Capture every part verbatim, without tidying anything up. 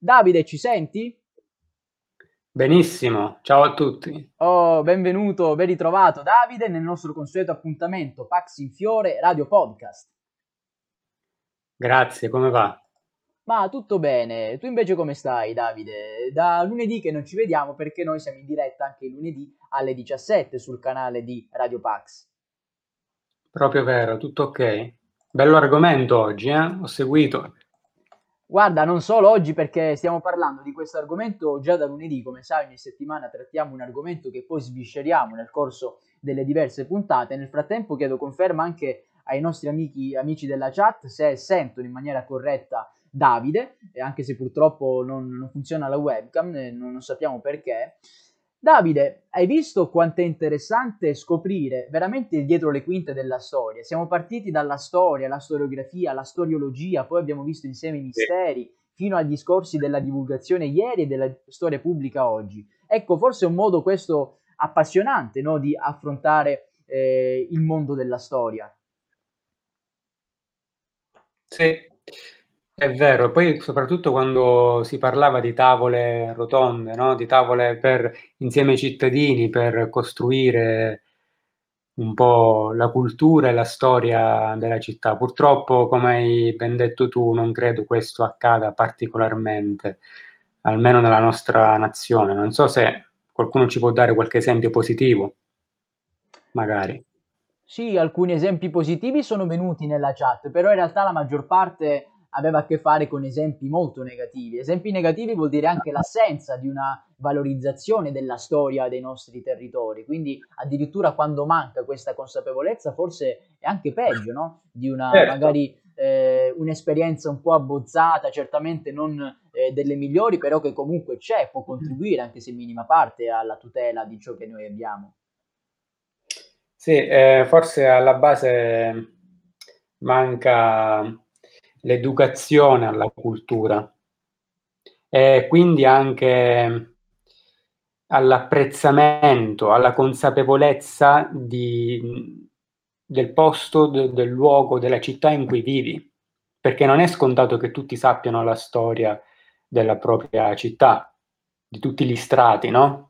Davide, ci senti? Benissimo, ciao a tutti. Oh, benvenuto, ben ritrovato Davide nel nostro consueto appuntamento Pax in Fiore Radio Podcast. Grazie, come va? Ma tutto bene, tu invece come stai Davide? Da lunedì che non ci vediamo perché noi siamo in diretta anche il lunedì alle diciassette sul canale di Radio Pax. Proprio vero, tutto ok. Bello argomento oggi, eh? Ho seguito. Guarda, non solo oggi perché stiamo parlando di questo argomento già da lunedì, come sai ogni settimana trattiamo un argomento che poi svisceriamo nel corso delle diverse puntate. Nel frattempo chiedo conferma anche ai nostri amici, amici della chat se sentono in maniera corretta Davide, e anche se purtroppo non, non funziona la webcam, eh, non, non sappiamo perché. Davide, hai visto quanto è interessante scoprire veramente il dietro le quinte della storia? Siamo partiti dalla storia, la storiografia, la storiologia, poi abbiamo visto insieme i Sì. misteri, fino ai discorsi della divulgazione ieri e della storia pubblica oggi. Ecco, forse è un modo questo appassionante, no, di affrontare eh, il mondo della storia. Sì, è vero. Poi soprattutto quando si parlava di tavole rotonde, no? Di tavole per insieme ai cittadini per costruire un po' la cultura e la storia della città. Purtroppo, come hai ben detto tu, non credo questo accada particolarmente, almeno nella nostra nazione. Non so se qualcuno ci può dare qualche esempio positivo, magari. Sì, alcuni esempi positivi sono venuti nella chat, però in realtà la maggior parte aveva a che fare con esempi molto negativi. Esempi negativi vuol dire anche l'assenza di una valorizzazione della storia dei nostri territori, quindi addirittura quando manca questa consapevolezza forse è anche peggio, no? Di una Certo. magari eh, un'esperienza un po' abbozzata, certamente non eh, delle migliori, però che comunque c'è, può contribuire anche se in minima parte alla tutela di ciò che noi abbiamo. Sì, eh, forse alla base manca l'educazione alla cultura e quindi anche all'apprezzamento, alla consapevolezza di- del posto, de- del luogo, della città in cui vivi, perché non è scontato che tutti sappiano la storia della propria città, di tutti gli strati, no?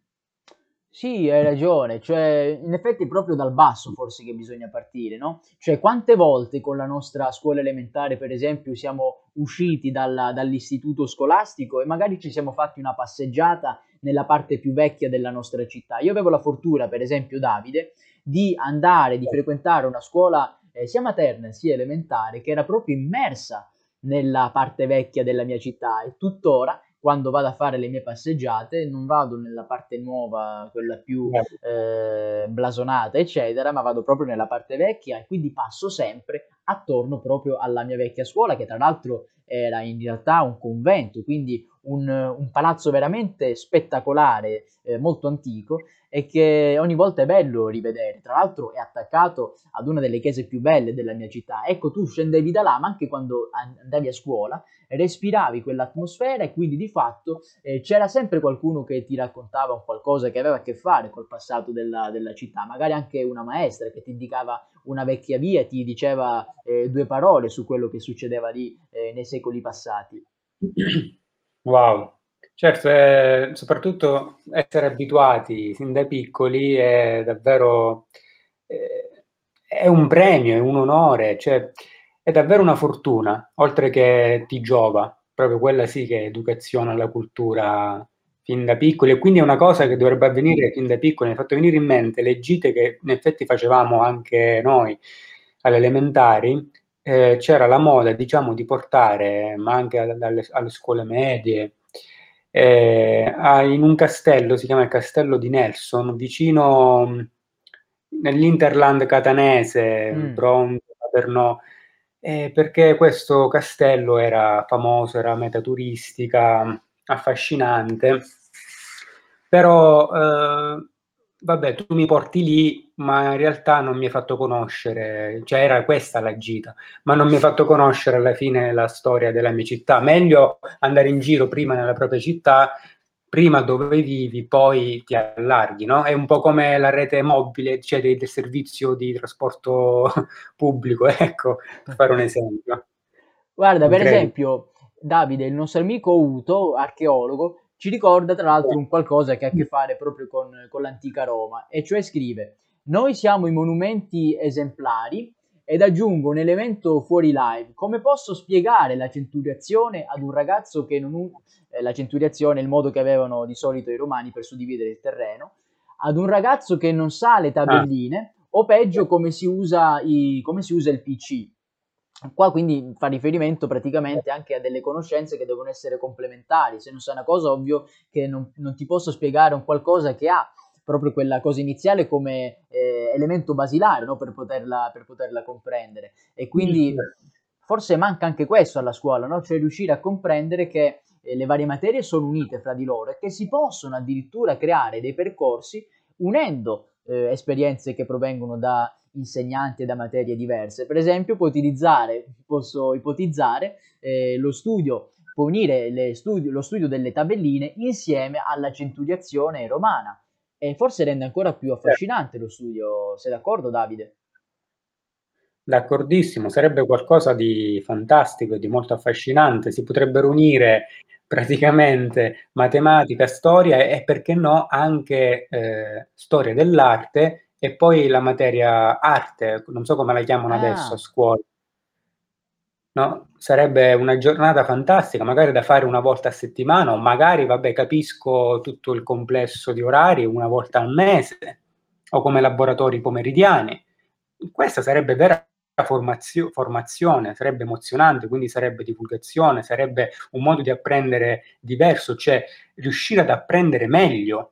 Sì, hai ragione, cioè in effetti è proprio dal basso forse che bisogna partire, no? Cioè quante volte con la nostra scuola elementare, per esempio, siamo usciti dalla- dall'istituto scolastico e magari ci siamo fatti una passeggiata nella parte più vecchia della nostra città. Io avevo la fortuna, per esempio, Davide, di andare, di frequentare una scuola eh, sia materna sia elementare che era proprio immersa nella parte vecchia della mia città e tuttora quando vado a fare le mie passeggiate non vado nella parte nuova, quella più eh, blasonata, eccetera, ma vado proprio nella parte vecchia e quindi passo sempre attorno proprio alla mia vecchia scuola, che tra l'altro era in realtà un convento, quindi un, un palazzo veramente spettacolare, eh, molto antico e che ogni volta è bello rivedere. Tra l'altro è attaccato ad una delle chiese più belle della mia città. Ecco, tu scendevi da là, ma anche quando andavi a scuola, respiravi quell'atmosfera e quindi di fatto eh, c'era sempre qualcuno che ti raccontava un qualcosa che aveva a che fare col passato della, della città, magari anche una maestra che ti indicava una vecchia via e ti diceva eh, due parole su quello che succedeva lì eh, nei secoli passati. Wow, certo, eh, soprattutto essere abituati sin da piccoli è davvero eh, è un premio, è un onore, cioè è davvero una fortuna, oltre che ti giova, proprio quella sì che è educazione alla cultura fin da piccoli e quindi è una cosa che dovrebbe avvenire fin da piccoli. Mi ha fatto venire in mente le gite che in effetti facevamo anche noi alle elementari, eh, c'era la moda, diciamo, di portare, ma anche alle, alle- alle scuole medie, eh, a- in un castello, si chiama il castello di Nelson, vicino mh, nell'Interland catanese, Mm. Bronzo, Paternò, eh, perché questo castello era famoso, era meta turistica, affascinante, però eh, vabbè, tu mi porti lì, ma in realtà non mi hai fatto conoscere, cioè era questa la gita, ma non mi hai fatto conoscere alla fine la storia della mia città. Meglio andare in giro prima nella propria città, prima dove vivi, poi ti allarghi, no? È un po' come la rete mobile, cioè del, del servizio di trasporto pubblico, ecco, per fare un esempio Guarda, per concreto. esempio, Davide, il nostro amico Uto, archeologo, ci ricorda tra l'altro un qualcosa che ha a che fare proprio con, con l'antica Roma, e cioè scrive: Noi siamo i monumenti esemplari, ed aggiungo un elemento fuori live. Come posso spiegare la centuriazione ad un ragazzo che non... u- eh, la centuriazione è il modo che avevano di solito i romani per suddividere il terreno, ad un ragazzo che non sa le Ah, tabelline, o peggio come si usa, i- come si usa il P C. Qua quindi fa riferimento praticamente anche a delle conoscenze che devono essere complementari. Se non sai una cosa, ovvio che non, non ti posso spiegare un qualcosa che ha proprio quella cosa iniziale come eh, elemento basilare, no? per, poterla, per poterla comprendere. E sì, quindi certo. forse manca anche questo alla scuola, no? Cioè riuscire a comprendere che eh, le varie materie sono unite fra di loro e che si possono addirittura creare dei percorsi unendo eh, esperienze che provengono da insegnanti e da materie diverse. Per esempio, può utilizzare, posso ipotizzare, eh, lo studio, può unire le studi- lo studio delle tabelline insieme alla centuriazione romana, e forse rende ancora più affascinante lo studio. Sei d'accordo, Davide? D'accordissimo, sarebbe qualcosa di fantastico e di molto affascinante. Si potrebbero unire praticamente matematica, storia e, perché no, anche eh, storia dell'arte e poi la materia arte, non so come la chiamano adesso a Ah, scuola. No? Sarebbe una giornata fantastica, magari da fare una volta a settimana, o magari, vabbè, capisco tutto il complesso di orari, una volta al mese, o come laboratori pomeridiani. Questa sarebbe vera formazio- formazione, sarebbe emozionante, quindi sarebbe divulgazione, sarebbe un modo di apprendere diverso, cioè riuscire ad apprendere meglio.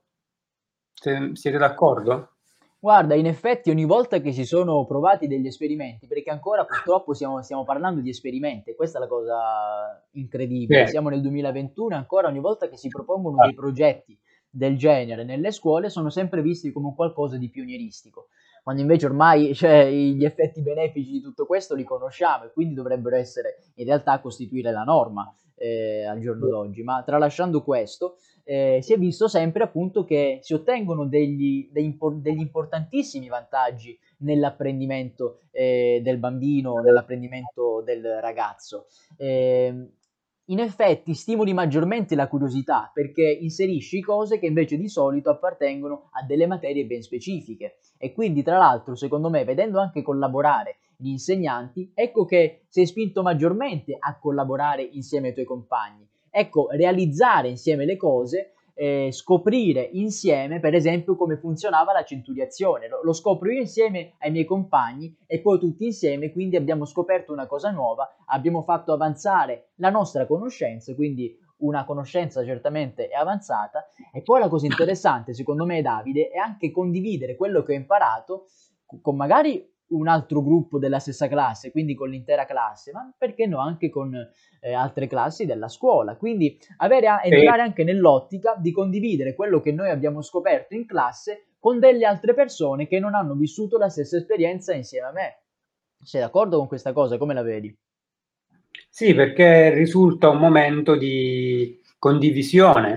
Se- Siete d'accordo? guarda, in effetti ogni volta che si sono provati degli esperimenti, perché ancora purtroppo stiamo, stiamo parlando di esperimenti, e questa è la cosa incredibile, Sì. siamo nel duemilaventuno e ancora ogni volta che si propongono dei progetti del genere nelle scuole sono sempre visti come un qualcosa di pionieristico, quando invece ormai cioè, gli effetti benefici di tutto questo li conosciamo e quindi dovrebbero essere in realtà costituire la norma eh, al giorno d'oggi. Ma tralasciando questo, eh, si è visto sempre appunto che si ottengono degli, degli, degli importantissimi vantaggi nell'apprendimento eh, del bambino, nell'apprendimento del ragazzo. Eh, in effetti stimoli maggiormente la curiosità perché inserisci cose che invece di solito appartengono a delle materie ben specifiche, e quindi tra l'altro secondo me, vedendo anche collaborare gli insegnanti, ecco che sei spinto maggiormente a collaborare insieme ai tuoi compagni. Ecco, realizzare insieme le cose, eh, scoprire insieme, per esempio, come funzionava la centuriazione. Lo, lo scopro io insieme ai miei compagni e poi tutti insieme, quindi abbiamo scoperto una cosa nuova, abbiamo fatto avanzare la nostra conoscenza, quindi una conoscenza certamente avanzata. E poi la cosa interessante, secondo me, Davide, è anche condividere quello che ho imparato con magari un altro gruppo della stessa classe, quindi con l'intera classe, ma perché no anche con eh, altre classi della scuola. Quindi avere a, Sì. entrare anche nell'ottica di condividere quello che noi abbiamo scoperto in classe con delle altre persone che non hanno vissuto la stessa esperienza insieme a me. Sei d'accordo con questa cosa? Come la vedi? Sì, perché risulta un momento di condivisione,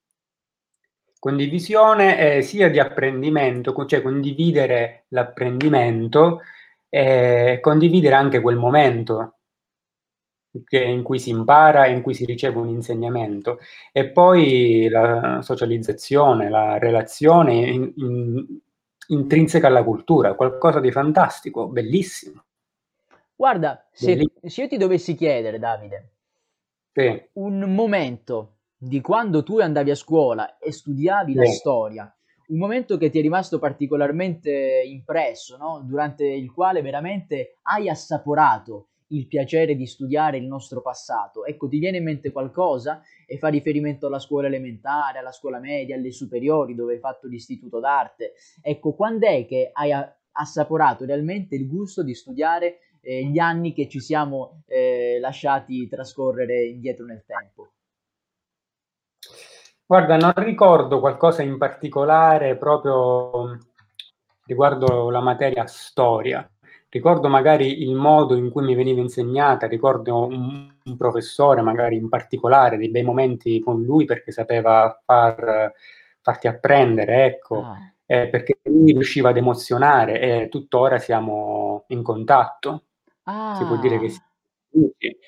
condivisione eh, sia di apprendimento, co- cioè condividere l'apprendimento e condividere anche quel momento che- in cui si impara, in cui si riceve un insegnamento e poi la socializzazione, la relazione in- in- intrinseca alla cultura, qualcosa di fantastico, bellissimo, Guarda, se, bellissimo. se io ti dovessi chiedere, Davide, Sì, un momento di quando tu andavi a scuola e studiavi la sì. storia, un momento che ti è rimasto particolarmente impresso, no? Durante il quale veramente hai assaporato il piacere di studiare il nostro passato. Ecco, ti viene in mente qualcosa e fa riferimento alla scuola elementare, alla scuola media, alle superiori dove hai fatto l'istituto d'arte. Ecco, quando è che hai a- assaporato realmente il gusto di studiare eh, gli anni che ci siamo eh, lasciati trascorrere indietro nel tempo? Guarda, non ricordo qualcosa in particolare proprio riguardo la materia storia. Ricordo magari il modo in cui mi veniva insegnata, ricordo un, un professore magari in particolare, dei bei momenti con lui perché sapeva far, farti apprendere, ecco, Ah, eh, perché lui riusciva ad emozionare e tuttora siamo in contatto. Si può dire che ah, siamo amici.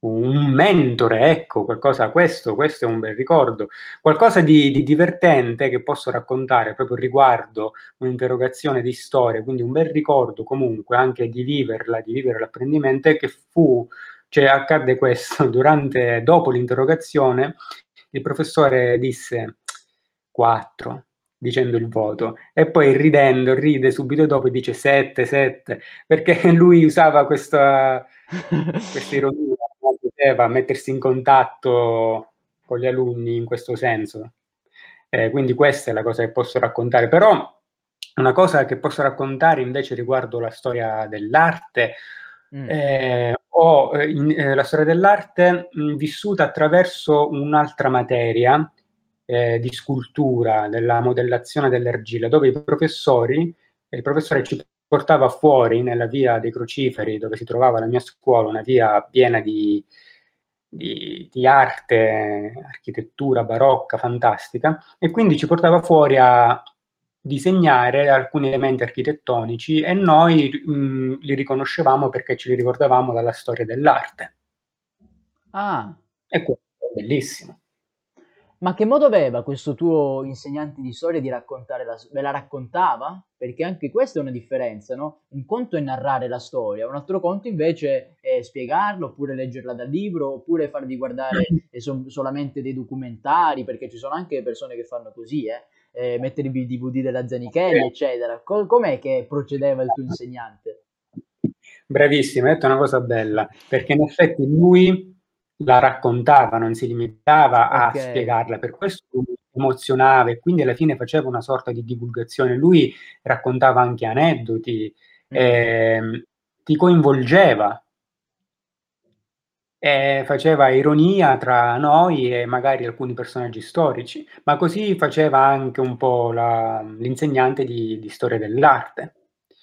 un mentore, ecco, qualcosa, questo, questo è un bel ricordo, qualcosa di, di divertente che posso raccontare proprio riguardo un'interrogazione di storia, quindi un bel ricordo comunque anche di viverla, di vivere l'apprendimento, è che fu, cioè accadde questo, durante, dopo l'interrogazione, il professore disse quattro, dicendo il voto, e poi ridendo, ride subito dopo e dice sette, sette, perché lui usava questa, questa ironia, no? Poteva mettersi in contatto con gli alunni in questo senso. Eh, quindi questa è la cosa che posso raccontare. Però una cosa che posso raccontare invece riguardo la storia dell'arte, Mm. eh, ho eh, in- eh, la storia dell'arte mh, vissuta attraverso un'altra materia eh, di scultura, della modellazione dell'argilla, dove i professori, il professore ci portava fuori nella via dei Crociferi, dove si trovava la mia scuola, una via piena di, di, di arte, architettura barocca, fantastica, e quindi ci portava fuori a disegnare alcuni elementi architettonici e noi mh, li riconoscevamo perché ce li ricordavamo dalla storia dell'arte. Ah. E questo è bellissimo. Ma che modo aveva questo tuo insegnante di storia di raccontare la s ve la raccontava? Perché anche questa è una differenza, no, un conto è narrare la storia, un altro conto invece è spiegarla, oppure leggerla dal libro, oppure farvi guardare, ehm, som solamente dei documentari, perché ci sono anche persone che fanno così, eh, ehm, mettervi il D V D della Zanichelli, eccetera. Co com'è che procedeva il tuo insegnante? Bravissimo, hai detto una cosa bella, perché in effetti lui la raccontava, non si limitava a Okay. spiegarla, per questo lui emozionava e quindi alla fine faceva una sorta di divulgazione. Lui raccontava anche aneddoti, Mh. ehm, ti coinvolgeva e faceva ironia tra noi e magari alcuni personaggi storici, ma così faceva anche un po' la- l'insegnante di, di storia dell'arte.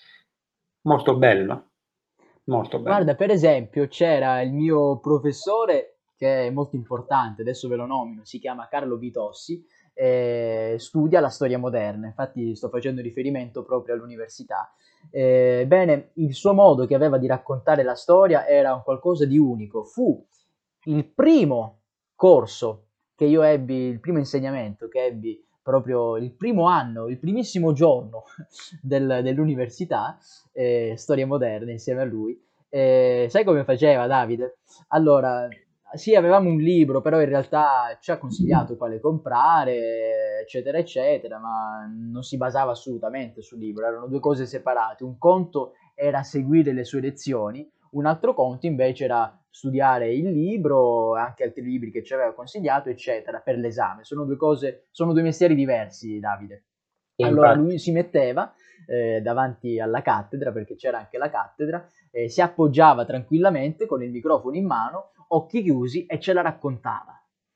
Molto bello, molto bello. Guarda, per esempio, c'era il mio professore, che è molto importante, adesso ve lo nomino, si chiama Carlo Vitossi, eh, studia la storia moderna, infatti sto facendo riferimento proprio all'università. Eh, bene, il suo modo che aveva di raccontare la storia era un qualcosa di unico. Fu il primo corso che io ebbi, il primo insegnamento che ebbi proprio il primo anno, il primissimo giorno del- dell'università, eh, storie moderne insieme a lui. Eh, sai come faceva Davide? Allora, sì, avevamo un libro, però in realtà ci ha consigliato quale comprare, eccetera, eccetera, ma non si basava assolutamente sul libro, erano due cose separate. Un conto era seguire le sue lezioni, un altro conto invece era studiare il libro, anche altri libri che ci aveva consigliato, eccetera, per l'esame. Sono due cose, sono due mestieri diversi, Davide. E Allora infatti, lui si metteva eh, davanti alla cattedra, perché c'era anche la cattedra, eh, si appoggiava tranquillamente con il microfono in mano, occhi chiusi e ce la raccontava.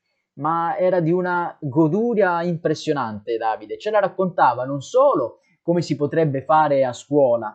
Ma era di una goduria impressionante, Davide. Ce la raccontava non solo come si potrebbe fare a scuola,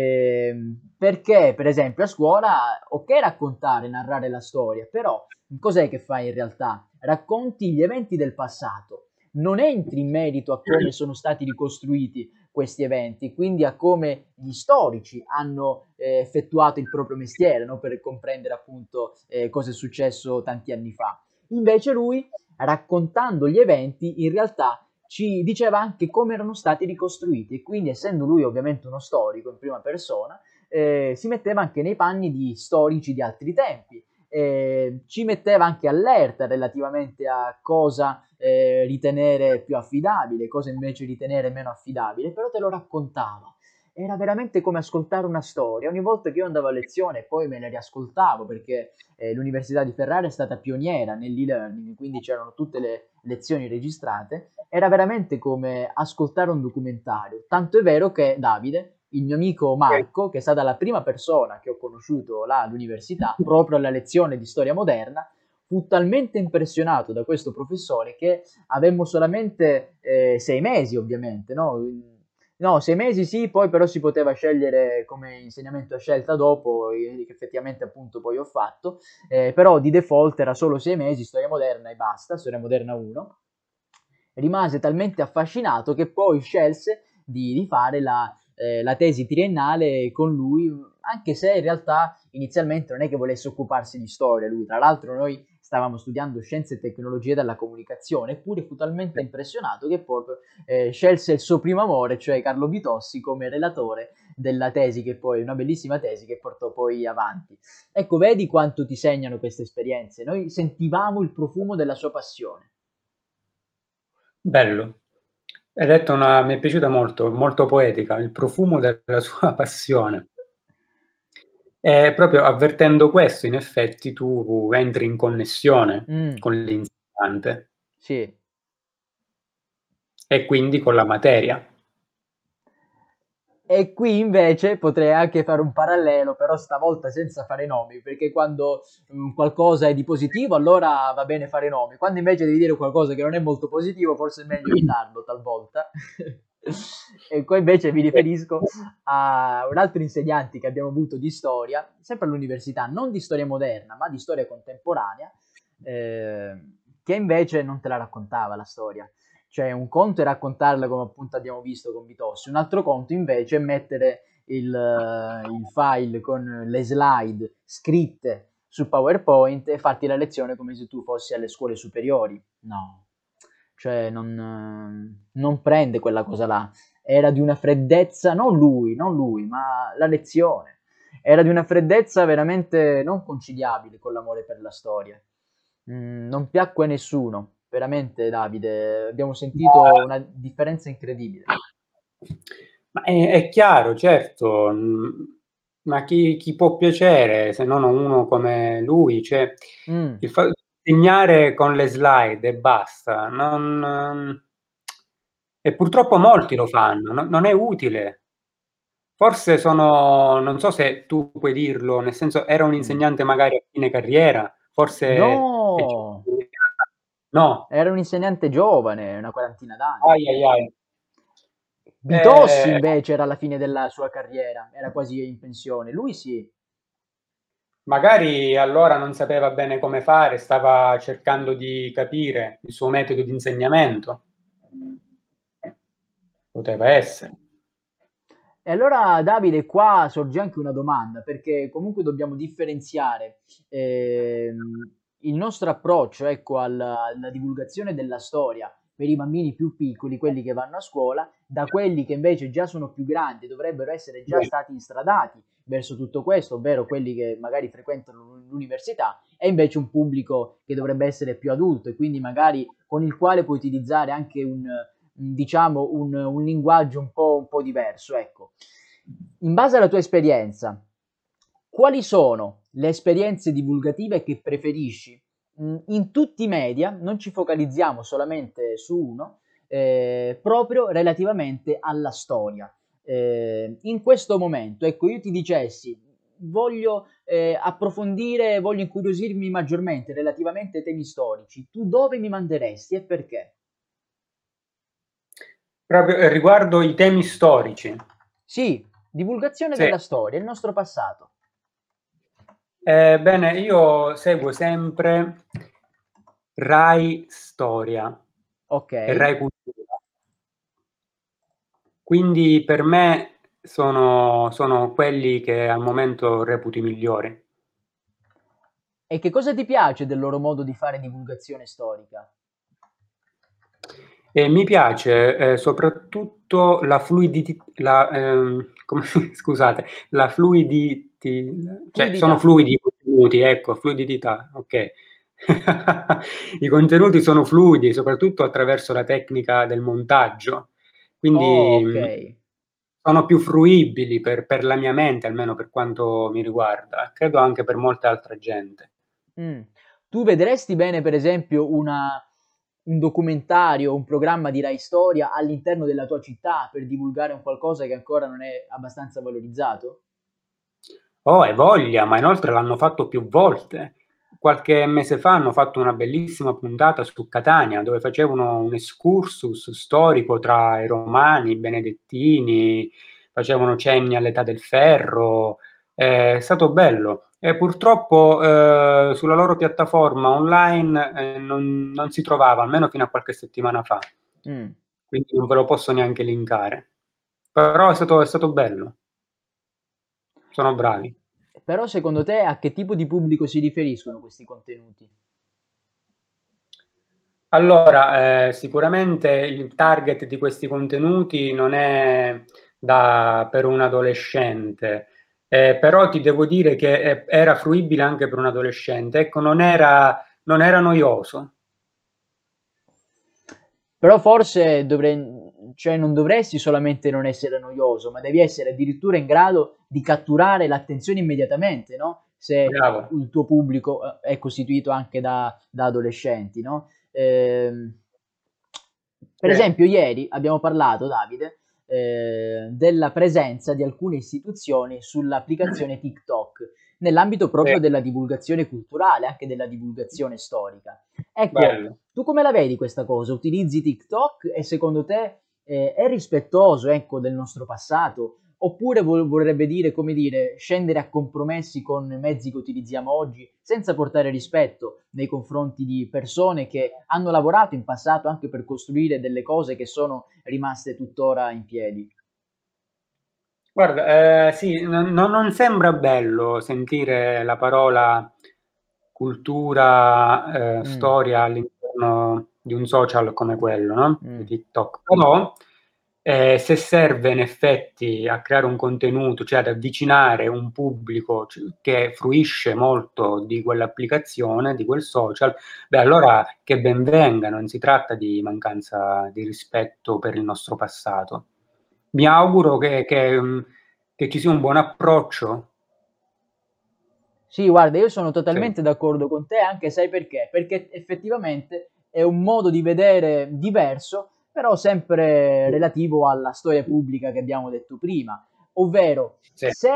ehm, perché per esempio a scuola, ok raccontare, narrare la storia, però cos'è che fai in realtà? Racconti gli eventi del passato, non entri in merito a come sono stati ricostruiti questi eventi, quindi a come gli storici hanno eh, effettuato il proprio mestiere, no? Per comprendere appunto eh, cosa è successo tanti anni fa. Invece lui, raccontando gli eventi, in realtà ci diceva anche come erano stati ricostruiti e quindi essendo lui ovviamente uno storico in prima persona, eh, si metteva anche nei panni di storici di altri tempi. Eh, ci metteva anche allerta relativamente a cosa eh, ritenere più affidabile, cosa invece ritenere meno affidabile, però te lo raccontava. Era veramente come ascoltare una storia. Ogni volta che io andavo a lezione poi me le riascoltavo perché eh, l'Università di Ferrara è stata pioniera nell'e-learning, quindi c'erano tutte le lezioni registrate. Era veramente come ascoltare un documentario. Tanto è vero che Davide, il mio amico Marco, che è stata la prima persona che ho conosciuto là all'università, proprio alla lezione di storia moderna, fu talmente impressionato da questo professore che avemmo solamente eh, sei mesi, ovviamente, no? No, sei mesi sì, poi però si poteva scegliere come insegnamento a scelta dopo, eh, che effettivamente appunto poi ho fatto, eh, però di default era solo sei mesi, storia moderna e basta, storia moderna uno. Rimase talmente affascinato che poi scelse di, di fare la, eh, la tesi triennale con lui, anche se in realtà inizialmente non è che volesse occuparsi di storia lui. Tra l'altro noi stavamo studiando scienze e tecnologie della comunicazione, eppure fu talmente impressionato che proprio eh, scelse il suo primo amore, cioè Carlo Bitossi, come relatore della tesi, che poi, una bellissima tesi che portò poi avanti. Ecco, vedi quanto ti segnano queste esperienze. Noi sentivamo il profumo della sua passione. Bello. Hai detto una, mi è piaciuta molto, molto poetica, il profumo della sua passione. E proprio avvertendo questo, in effetti, tu entri in connessione Mm, con l'insegnante sì. e quindi con la materia. E qui invece potrei anche fare un parallelo, però stavolta senza fare nomi, perché quando mm, qualcosa è di positivo, allora va bene fare nomi. Quando invece devi dire qualcosa che non è molto positivo, forse è meglio evitarlo talvolta. E qua invece mi riferisco a un altro insegnante che abbiamo avuto di storia, sempre all'università, non di storia moderna, ma di storia contemporanea, eh, che invece non te la raccontava la storia. Cioè un conto è raccontarla come appunto abbiamo visto con Vitossi, un altro conto invece è mettere il, eh, il file con le slide scritte su PowerPoint e farti la lezione come se tu fossi alle scuole superiori. No, cioè non, eh, non prende quella cosa là. Era di una freddezza, non lui, non lui, ma la lezione. Era di una freddezza veramente non conciliabile con l'amore per la storia. Mm, non piacque a nessuno, veramente Davide, abbiamo sentito una differenza incredibile. Ma è, è chiaro, certo, mh, ma chi, chi può piacere se non a uno come lui? Cioè, Mm, il fa- insegnare con le slide e basta, non, e purtroppo molti lo fanno, no- non è utile. Forse sono, non so se tu puoi dirlo, nel senso era un mm. insegnante magari a fine carriera, forse è No, giusto. No, era un insegnante giovane, una quarantina d'anni. ai ai ai. Bitossi Eh, invece era alla fine della sua carriera, era quasi in pensione. Lui sì. magari allora non sapeva bene come fare, stava cercando di capire il suo metodo di insegnamento. Poteva essere. E allora Davide, qua sorge anche una domanda, perché comunque dobbiamo differenziare ehm, il nostro approccio, ecco, alla, alla divulgazione della storia per i bambini più piccoli, quelli che vanno a scuola, da quelli che invece già sono più grandi, dovrebbero essere già Beh, stati instradati verso tutto questo, ovvero quelli che magari frequentano l'università, e invece un pubblico che dovrebbe essere più adulto e quindi magari con il quale puoi utilizzare anche un diciamo, un, un linguaggio un po', un po' diverso. Ecco. In base alla tua esperienza, quali sono le esperienze divulgative che preferisci? Mm, In tutti i media, non ci focalizziamo solamente su uno, eh, proprio relativamente alla storia. Eh, in questo momento, ecco, io ti dicessi, voglio eh, approfondire, voglio incuriosirmi maggiormente relativamente ai temi storici, tu dove mi manderesti e perché? proprio eh, riguardo i temi storici. Sì, divulgazione Sì. della storia, il nostro passato. Eh, bene, io seguo sempre Rai Storia Ok. e Rai Cultura. Quindi per me sono, sono quelli che al momento reputo i migliori. E che cosa ti piace del loro modo di fare divulgazione storica? E mi piace eh, soprattutto la fluidità, la, ehm, come- scusate, la fluidità, cioè sono Fluidità. fluidi i contenuti, ecco, fluidità, ok. I contenuti sono fluidi, soprattutto attraverso la tecnica del montaggio, Oh, quindi ok. mh, sono più fruibili per, per la mia mente, almeno per quanto mi riguarda, credo anche per molta altra gente. Mm. Tu vedresti bene, per esempio, una- un documentario, un programma di Rai Storia all'interno della tua città per divulgare un qualcosa che ancora non è abbastanza valorizzato? Oh, hai voglia, ma inoltre l'hanno fatto più volte. Qualche mese fa hanno fatto una bellissima puntata su Catania, dove facevano un excursus storico tra i Romani, i Benedettini, facevano cenni all'età del ferro. È stato bello. E purtroppo eh, sulla loro piattaforma online eh, non, non si trovava, almeno fino a qualche settimana fa. Mm. Quindi non ve lo posso neanche linkare. Però è stato, è stato bello. sono bravi. Però secondo te a che tipo di pubblico si riferiscono questi contenuti? Allora, eh, sicuramente il target di questi contenuti non è da, per un adolescente, eh, però ti devo dire che eh, era fruibile anche per un adolescente. Ecco, non era, non era noioso. Però forse dovrei, cioè non dovresti solamente non essere noioso, ma devi essere addirittura in grado di catturare l'attenzione immediatamente, no? Se Bravo. il tuo pubblico eh, è costituito anche da, da adolescenti, no? Ehm, per Sì, esempio, ieri abbiamo parlato, Davide, eh, della presenza di alcune istituzioni sull'applicazione TikTok, nell'ambito sì, proprio della divulgazione culturale, anche della divulgazione storica. Ecco, bello. tu come la vedi questa cosa? Utilizzi TikTok e secondo te eh, è rispettoso, ecco, del nostro passato? Oppure vol- vorrebbe dire, come dire, scendere a compromessi con i mezzi che utilizziamo oggi senza portare rispetto nei confronti di persone che hanno lavorato in passato anche per costruire delle cose che sono rimaste tuttora in piedi? Guarda, eh, sì, non, non- non sembra bello sentire la parola cultura, eh, Mm, storia all'interno di un social come quello, no? Di mm. TikTok. Però, eh, se serve in effetti a creare un contenuto, cioè ad avvicinare un pubblico c- che fruisce molto di quell'applicazione, di quel social, beh, allora che ben venga, non si tratta di mancanza di rispetto per il nostro passato. Mi auguro che, che, mh, che ci sia un buon approccio. Sì, guarda, io sono Sì, totalmente d'accordo con te, anche sai perché? Perché effettivamente è un modo di vedere diverso, però sempre relativo alla storia pubblica che abbiamo detto prima, ovvero sì, se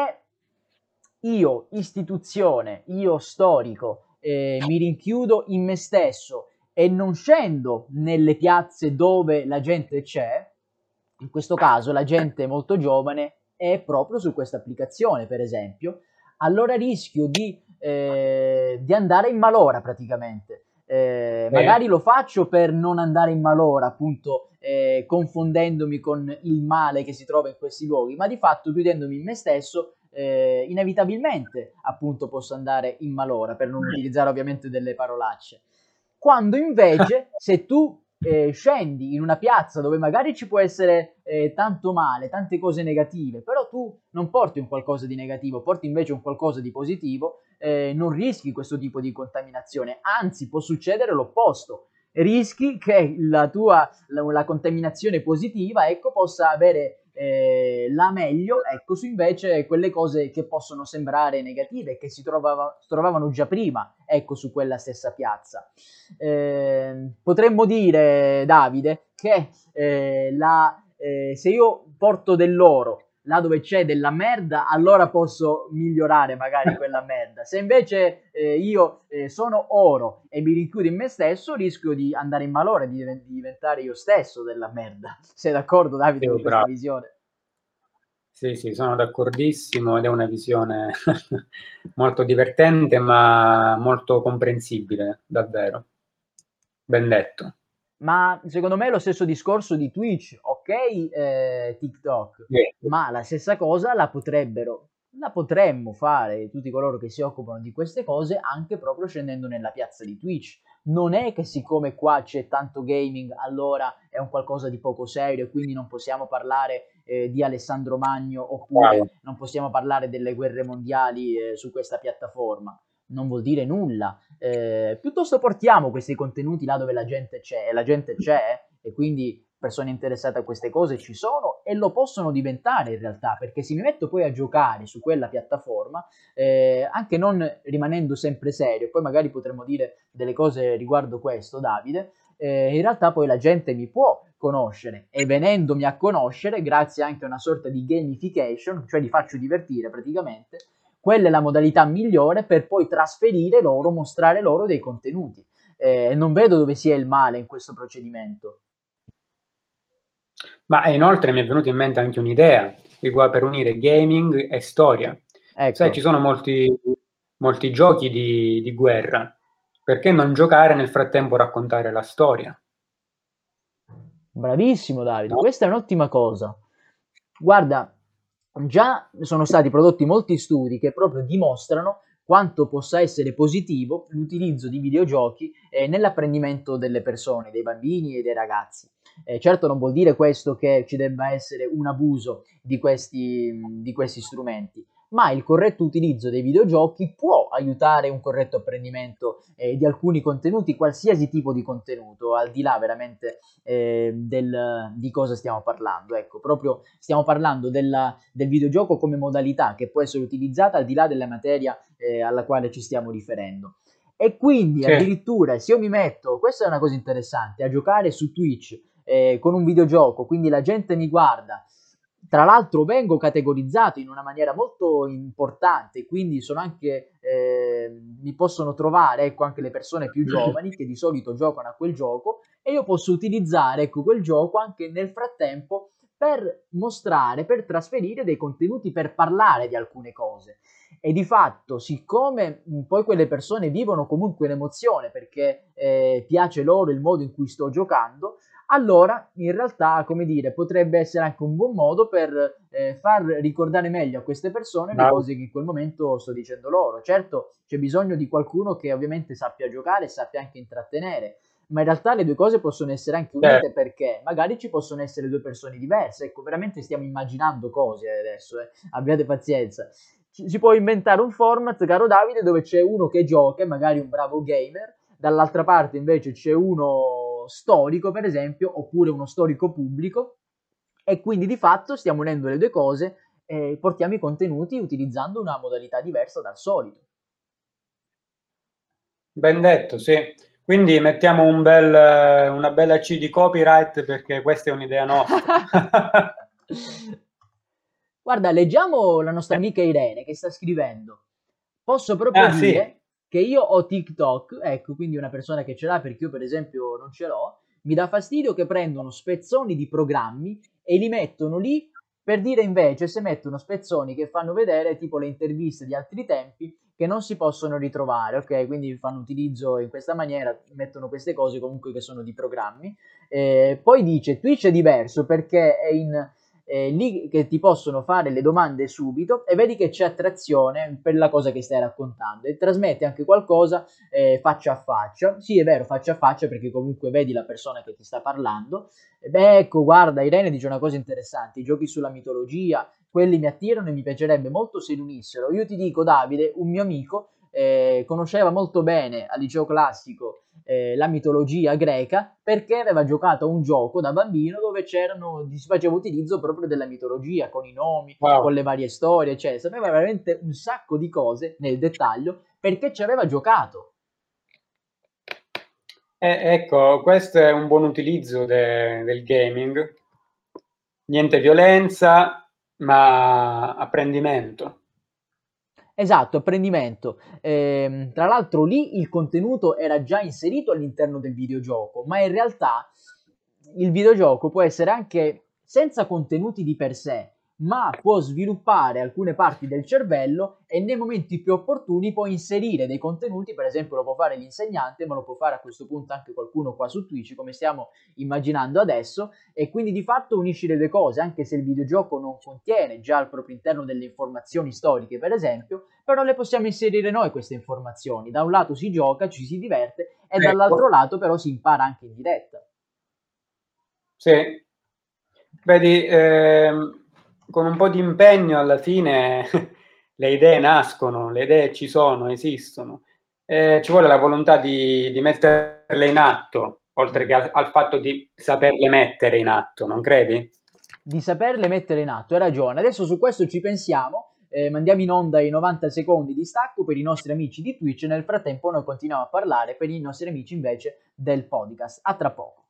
io, istituzione, io storico, eh, mi rinchiudo in me stesso e non scendo nelle piazze dove la gente c'è, in questo caso la gente molto giovane è proprio su questa applicazione, per esempio, allora rischio di, eh, di andare in malora praticamente. Eh, sì. magari lo faccio per non andare in malora, appunto, eh, confondendomi con il male che si trova in questi luoghi, ma di fatto chiudendomi in me stesso, eh, inevitabilmente appunto posso andare in malora, per non utilizzare ovviamente delle parolacce. Quando invece, se tu eh, scendi in una piazza dove magari ci può essere eh, tanto male, tante cose negative, però tu non porti un qualcosa di negativo, porti invece un qualcosa di positivo, eh, non rischi questo tipo di contaminazione, anzi può succedere l'opposto, rischi che la tua la, la contaminazione positiva ecco, possa avere eh, la meglio ecco, su invece quelle cose che possono sembrare negative, che si trovava, trovavano già prima ecco, su quella stessa piazza. Eh, potremmo dire, Davide, che eh, la, eh, se io porto dell'oro là dove c'è della merda, allora posso migliorare magari quella merda. Se invece eh, io eh, sono oro e mi rinchiudo in me stesso, rischio di andare in malore, di, di diventare io stesso della merda. Sei d'accordo, Davide, Sì, con questa bravo. visione? Sì, sì, sono d'accordissimo ed è una visione molto divertente, ma molto comprensibile, davvero. Ben detto. Ma secondo me è lo stesso discorso di Twitch, ok, eh, TikTok, Sì, ma la stessa cosa la potrebbero, la potremmo fare tutti coloro che si occupano di queste cose anche proprio scendendo nella piazza di Twitch. Non è che siccome qua c'è tanto gaming, allora è un qualcosa di poco serio e quindi non possiamo parlare eh, di Alessandro Magno bravo. oppure non possiamo parlare delle guerre mondiali eh, su questa piattaforma. Non vuol dire nulla, eh, piuttosto portiamo questi contenuti là dove la gente c'è, e la gente c'è, e quindi persone interessate a queste cose ci sono e lo possono diventare in realtà, perché se mi metto poi a giocare su quella piattaforma, eh, anche non rimanendo sempre serio, poi magari potremmo dire delle cose riguardo questo, Davide, eh, in realtà poi la gente mi può conoscere e venendomi a conoscere, grazie anche a una sorta di gamification, cioè li faccio divertire praticamente, quella è la modalità migliore per poi trasferire loro, mostrare loro dei contenuti. Eh, non vedo dove sia il male in questo procedimento. Ma inoltre mi è venuta in mente anche un'idea riguardo per unire gaming e storia. Sai, ci Ecco, sono molti, molti giochi di, di guerra. Perché non giocare nel frattempo raccontare la storia? bravissimo Davide, No? questa è un'ottima cosa. Guarda, già sono stati prodotti molti studi che proprio dimostrano quanto possa essere positivo l'utilizzo di videogiochi eh, nell'apprendimento delle persone, dei bambini e dei ragazzi. Eh, certo non vuol dire questo che ci debba essere un abuso di questi, di questi strumenti, ma il corretto utilizzo dei videogiochi può aiutare un corretto apprendimento eh, di alcuni contenuti, qualsiasi tipo di contenuto, al di là veramente eh, del, di cosa stiamo parlando. Ecco, proprio stiamo parlando della, del videogioco come modalità che può essere utilizzata al di là della materia eh, alla quale ci stiamo riferendo. E quindi Sì. addirittura se io mi metto, questa è una cosa interessante, a giocare su Twitch eh, con un videogioco, quindi la gente mi guarda, tra l'altro vengo categorizzato in una maniera molto importante, quindi sono anche, eh, mi possono trovare ecco, anche le persone più giovani che di solito giocano a quel gioco e io posso utilizzare ecco, quel gioco anche nel frattempo per mostrare, per trasferire dei contenuti, per parlare di alcune cose. E di fatto, siccome mh, poi quelle persone vivono comunque un'emozione perché eh, piace loro il modo in cui sto giocando, allora in realtà, come dire, potrebbe essere anche un buon modo per eh, far ricordare meglio a queste persone le Bravo. cose che in quel momento sto dicendo loro. Certo, c'è bisogno di qualcuno che ovviamente sappia giocare e sappia anche intrattenere, ma in realtà le due cose possono essere anche Certo. unite perché magari ci possono essere due persone diverse. Ecco, veramente stiamo immaginando cose adesso, eh. Abbiate pazienza. Ci- si può inventare un format, caro Davide, dove c'è uno che gioca, magari un bravo gamer, dall'altra parte invece c'è uno storico, per esempio, oppure uno storico pubblico, e quindi di fatto stiamo unendo le due cose e portiamo i contenuti utilizzando una modalità diversa dal solito. Ben detto, sì. Quindi mettiamo un bel, eh, una bella C di copyright perché questa è un'idea nostra. Guarda, leggiamo la nostra Eh, amica Irene che sta scrivendo. Posso proprio ah, sì. dire che io ho TikTok, ecco, quindi una persona che ce l'ha perché io per esempio non ce l'ho, mi dà fastidio che prendono spezzoni di programmi e li mettono lì per dire invece se mettono spezzoni che fanno vedere tipo le interviste di altri tempi che non si possono ritrovare, ok? Quindi fanno utilizzo in questa maniera, mettono queste cose comunque che sono di programmi. Eh, poi dice Twitch è diverso perché è in eh, lì che ti possono fare le domande subito e vedi che c'è attrazione per la cosa che stai raccontando e trasmette anche qualcosa eh, faccia a faccia. Sì, è vero, faccia a faccia perché comunque vedi la persona che ti sta parlando. E beh, ecco, guarda, Irene dice una cosa interessante, i giochi sulla mitologia, quelli mi attirano e mi piacerebbe molto se li unissero. Io ti dico, Davide, un mio amico eh, conosceva molto bene al liceo classico eh, la mitologia greca perché aveva giocato a un gioco da bambino dove c'erano, si faceva utilizzo proprio della mitologia con i nomi, con Wow. le varie storie, cioè sapeva veramente un sacco di cose nel dettaglio perché ci aveva giocato. Eh, ecco, questo è un buon utilizzo de- del gaming. Niente violenza, ma apprendimento. Esatto, apprendimento. Ehm, tra l'altro lì il contenuto era già inserito all'interno del videogioco, ma in realtà il videogioco può essere anche senza contenuti di per sé, ma può sviluppare alcune parti del cervello e nei momenti più opportuni può inserire dei contenuti, per esempio lo può fare l'insegnante, ma lo può fare a questo punto anche qualcuno qua su Twitch, come stiamo immaginando adesso, e quindi di fatto unisci le due cose, anche se il videogioco non contiene già al proprio interno delle informazioni storiche, per esempio, però le possiamo inserire noi queste informazioni. Da un lato si gioca, ci si diverte e dall'altro Ecco, lato però si impara anche in diretta. sì. Vedi, ehm, con un po' di impegno alla fine le idee nascono, le idee ci sono, esistono. Eh, ci vuole la volontà di, di metterle in atto, oltre che al, al fatto di saperle mettere in atto, non credi? Di saperle mettere in atto, hai ragione. Adesso su questo ci pensiamo, eh, mandiamo in onda i novanta secondi di stacco per i nostri amici di Twitch, nel frattempo noi continuiamo a parlare per i nostri amici invece del podcast. A tra poco.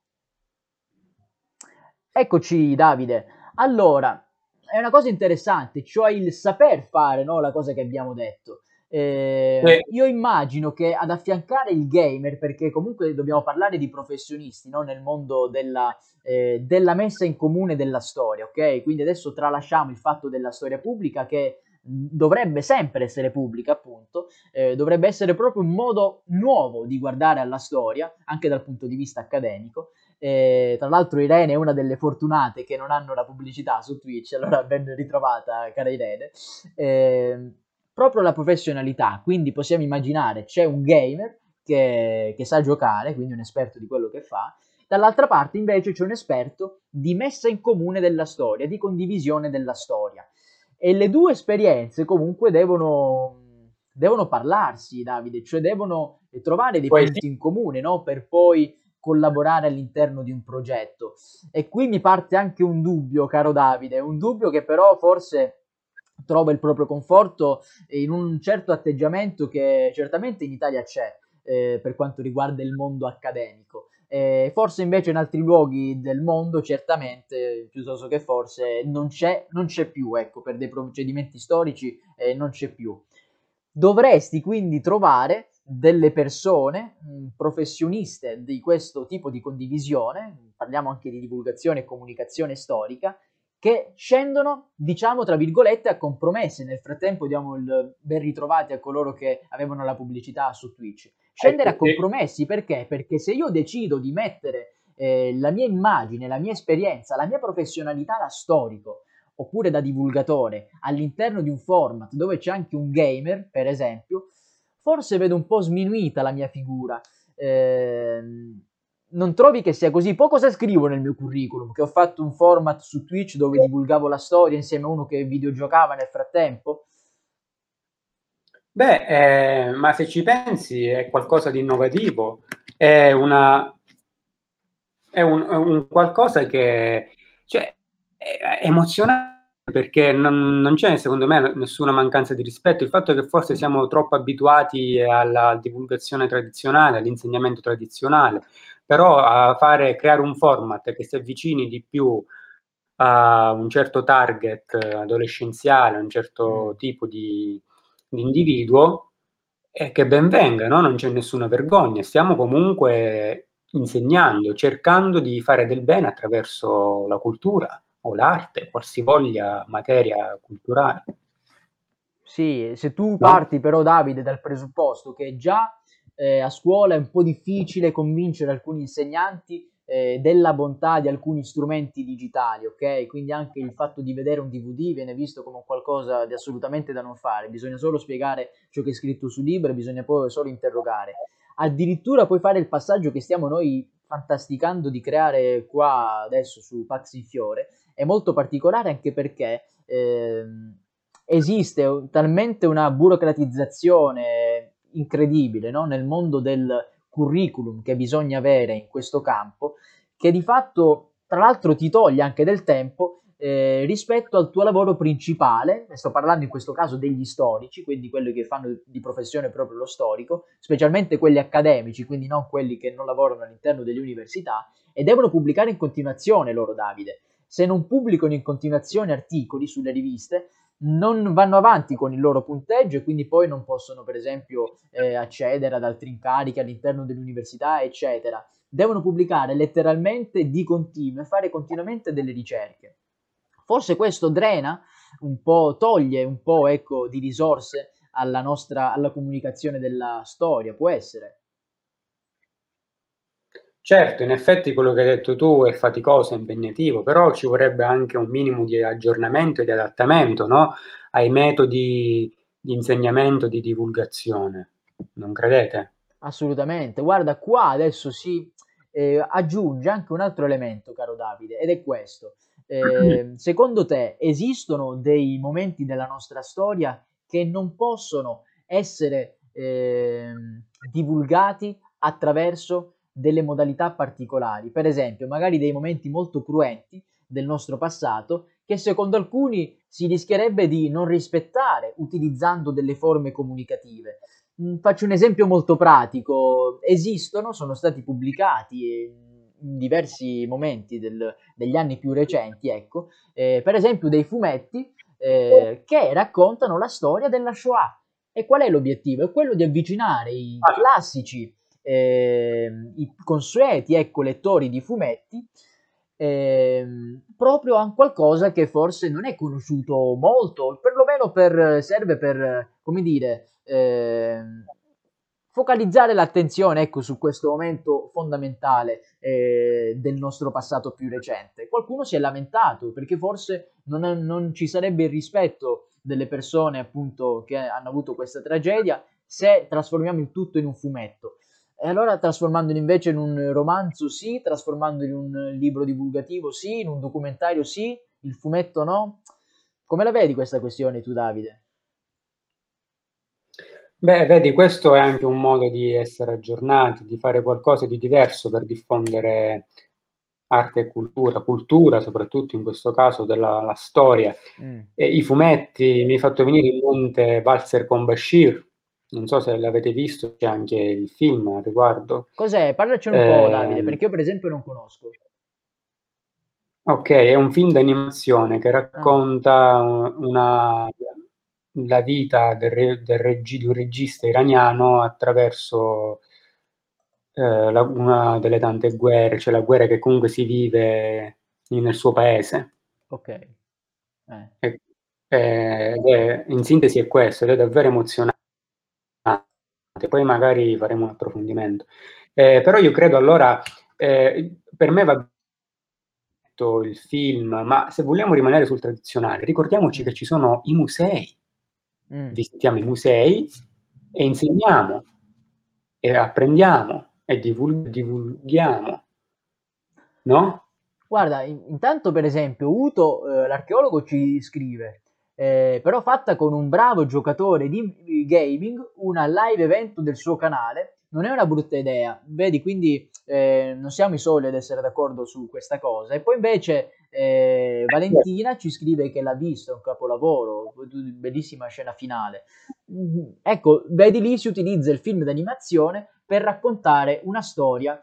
Eccoci Davide. Allora, è una cosa interessante, cioè il saper fare, no? La cosa che abbiamo detto. Eh, Sì, io immagino che ad affiancare il gamer, perché comunque dobbiamo parlare di professionisti, no? Nel mondo della, eh, della messa in comune della storia, ok? Quindi adesso tralasciamo il fatto della storia pubblica che dovrebbe sempre essere pubblica, appunto, eh, dovrebbe essere proprio un modo nuovo di guardare alla storia, anche dal punto di vista accademico. Eh, tra l'altro Irene è una delle fortunate che non hanno la pubblicità su Twitch, allora ben ritrovata, cara Irene. Eh, proprio la professionalità, quindi possiamo immaginare c'è un gamer che, che sa giocare, quindi un esperto di quello che fa, dall'altra parte invece c'è un esperto di messa in comune della storia, di condivisione della storia. E le due esperienze comunque devono, devono parlarsi, Davide, cioè devono trovare dei Poi sì. punti in comune, no? Per poi collaborare all'interno di un progetto. E qui mi parte anche un dubbio, caro Davide, un dubbio che però forse trova il proprio conforto in un certo atteggiamento che certamente in Italia c'è, eh, per quanto riguarda il mondo accademico. Eh, forse invece in altri luoghi del mondo certamente, piuttosto che forse, non c'è, non c'è più, ecco, per dei procedimenti storici eh, non c'è più. Dovresti quindi trovare delle persone mh, professioniste di questo tipo di condivisione, parliamo anche di divulgazione e comunicazione storica, che scendono, diciamo, tra virgolette, a compromessi. Nel frattempo diamo il ben ritrovati a coloro che avevano la pubblicità su Twitch. Scendere a Ecco, e- compromessi perché? Perché se io decido di mettere eh, la mia immagine, la mia esperienza, la mia professionalità da storico oppure da divulgatore all'interno di un format dove c'è anche un gamer, per esempio, forse vedo un po' sminuita la mia figura. Ehm, non trovi che sia così? Poi cosa scrivo nel mio curriculum? Che ho fatto un format su Twitch dove divulgavo la storia insieme a uno che videogiocava nel frattempo? Beh, eh, ma se ci pensi è qualcosa di innovativo, è una, è un, è un qualcosa che, cioè, è emozionante perché non, non c'è secondo me nessuna mancanza di rispetto. Il fatto è che forse siamo troppo abituati alla divulgazione tradizionale, all'insegnamento tradizionale, però a fare, creare un format che si avvicini di più a un certo target adolescenziale, a un certo Mm. tipo di, di individuo, e che ben venga, no? Non c'è nessuna vergogna. Stiamo comunque insegnando, cercando di fare del bene attraverso la cultura o l'arte, qualsivoglia materia culturale, Sì, se tu no? parti però, Davide, dal presupposto che già eh, a scuola è un po' difficile convincere alcuni insegnanti eh, della bontà di alcuni strumenti digitali, ok? Quindi anche il fatto di vedere un D V D viene visto come qualcosa di assolutamente da non fare, bisogna solo spiegare ciò che è scritto sul libro e bisogna poi solo interrogare. Addirittura puoi fare il passaggio che stiamo noi fantasticando di creare qua adesso su Pax in Fiore, è molto particolare anche perché ehm, esiste un- talmente una burocratizzazione incredibile, no? Nel mondo del curriculum che bisogna avere in questo campo, che di fatto, tra l'altro, ti toglie anche del tempo eh, rispetto al tuo lavoro principale. Sto parlando in questo caso degli storici, quindi quelli che fanno di professione proprio lo storico, specialmente quelli accademici, quindi non quelli che non lavorano all'interno delle università, e devono pubblicare in continuazione loro, Davide. Se non pubblicano in continuazione articoli sulle riviste, non vanno avanti con il loro punteggio e quindi poi non possono, per esempio, eh, accedere ad altri incarichi all'interno dell'università, eccetera. Devono pubblicare letteralmente di continuo e fare continuamente delle ricerche. Forse questo drena un po', toglie un po', ecco, di risorse alla nostra, alla comunicazione della storia, può essere. Certo, in effetti quello che hai detto tu è faticoso, è impegnativo, però ci vorrebbe anche un minimo di aggiornamento e di adattamento, no? Ai metodi di insegnamento, di divulgazione. Non credete? Assolutamente. Guarda, qua adesso si eh, aggiunge anche un altro elemento, caro Davide, ed è questo. Eh, secondo te esistono dei momenti della nostra storia che non possono essere ehm, divulgati attraverso delle modalità particolari? Per esempio, magari dei momenti molto cruenti del nostro passato che secondo alcuni si rischierebbe di non rispettare utilizzando delle forme comunicative. Mm, Faccio un esempio molto pratico. Esistono, sono stati pubblicati eh, in diversi momenti del- degli anni più recenti, ecco, eh, per esempio dei fumetti eh, che raccontano la storia della Shoah. E qual è l'obiettivo? È quello di avvicinare i classici, eh, i consueti, ecco, lettori di fumetti ehm, proprio a qualcosa che forse non è conosciuto molto, perlomeno quantomeno per, serve per, come dire, ehm, focalizzare l'attenzione, ecco, su questo momento fondamentale eh, del nostro passato più recente. Qualcuno si è lamentato perché forse non, non ci sarebbe il rispetto delle persone appunto che hanno avuto questa tragedia se trasformiamo il tutto in un fumetto. E allora trasformandolo invece in un romanzo sì, trasformandolo in un libro divulgativo sì, in un documentario sì, il fumetto no. Come la vedi questa questione tu, Davide? Beh, vedi, questo è anche un modo di essere aggiornati, di fare qualcosa di diverso per diffondere arte e cultura, cultura soprattutto in questo caso della la storia. Mm. E i fumetti, mi hai fatto venire in mente Valzer con Bashir, non so se l'avete visto, c'è anche il film a riguardo. Cos'è? Parlacene un po', Davide, Eh, perché io per esempio non conosco. ok, è un film d'animazione che Ah, racconta una, la vita del, re- del regi- di un regista iraniano attraverso eh, la- una delle tante guerre, cioè la guerra che comunque si vive nel suo paese. ok. Eh. E- eh, ed è- in sintesi è questo, ed è davvero emozionante. Poi magari faremo un approfondimento. Eh, però io credo allora, eh, per me va detto il film, ma se vogliamo rimanere sul tradizionale, ricordiamoci che Mm, ci sono i musei, mm. visitiamo i musei e insegniamo e apprendiamo e divul- divulghiamo, no? Guarda, in- intanto per esempio Uto, eh, l'archeologo, ci scrive, eh, però fatta con un bravo giocatore di di gaming, una live evento del suo canale, non è una brutta idea, vedi, quindi eh, non siamo i soli ad essere d'accordo su questa cosa. E poi invece eh, Valentina ci scrive che l'ha visto, è un capolavoro, bellissima scena finale. Mm, Ecco, vedi lì si utilizza il film d'animazione per raccontare una storia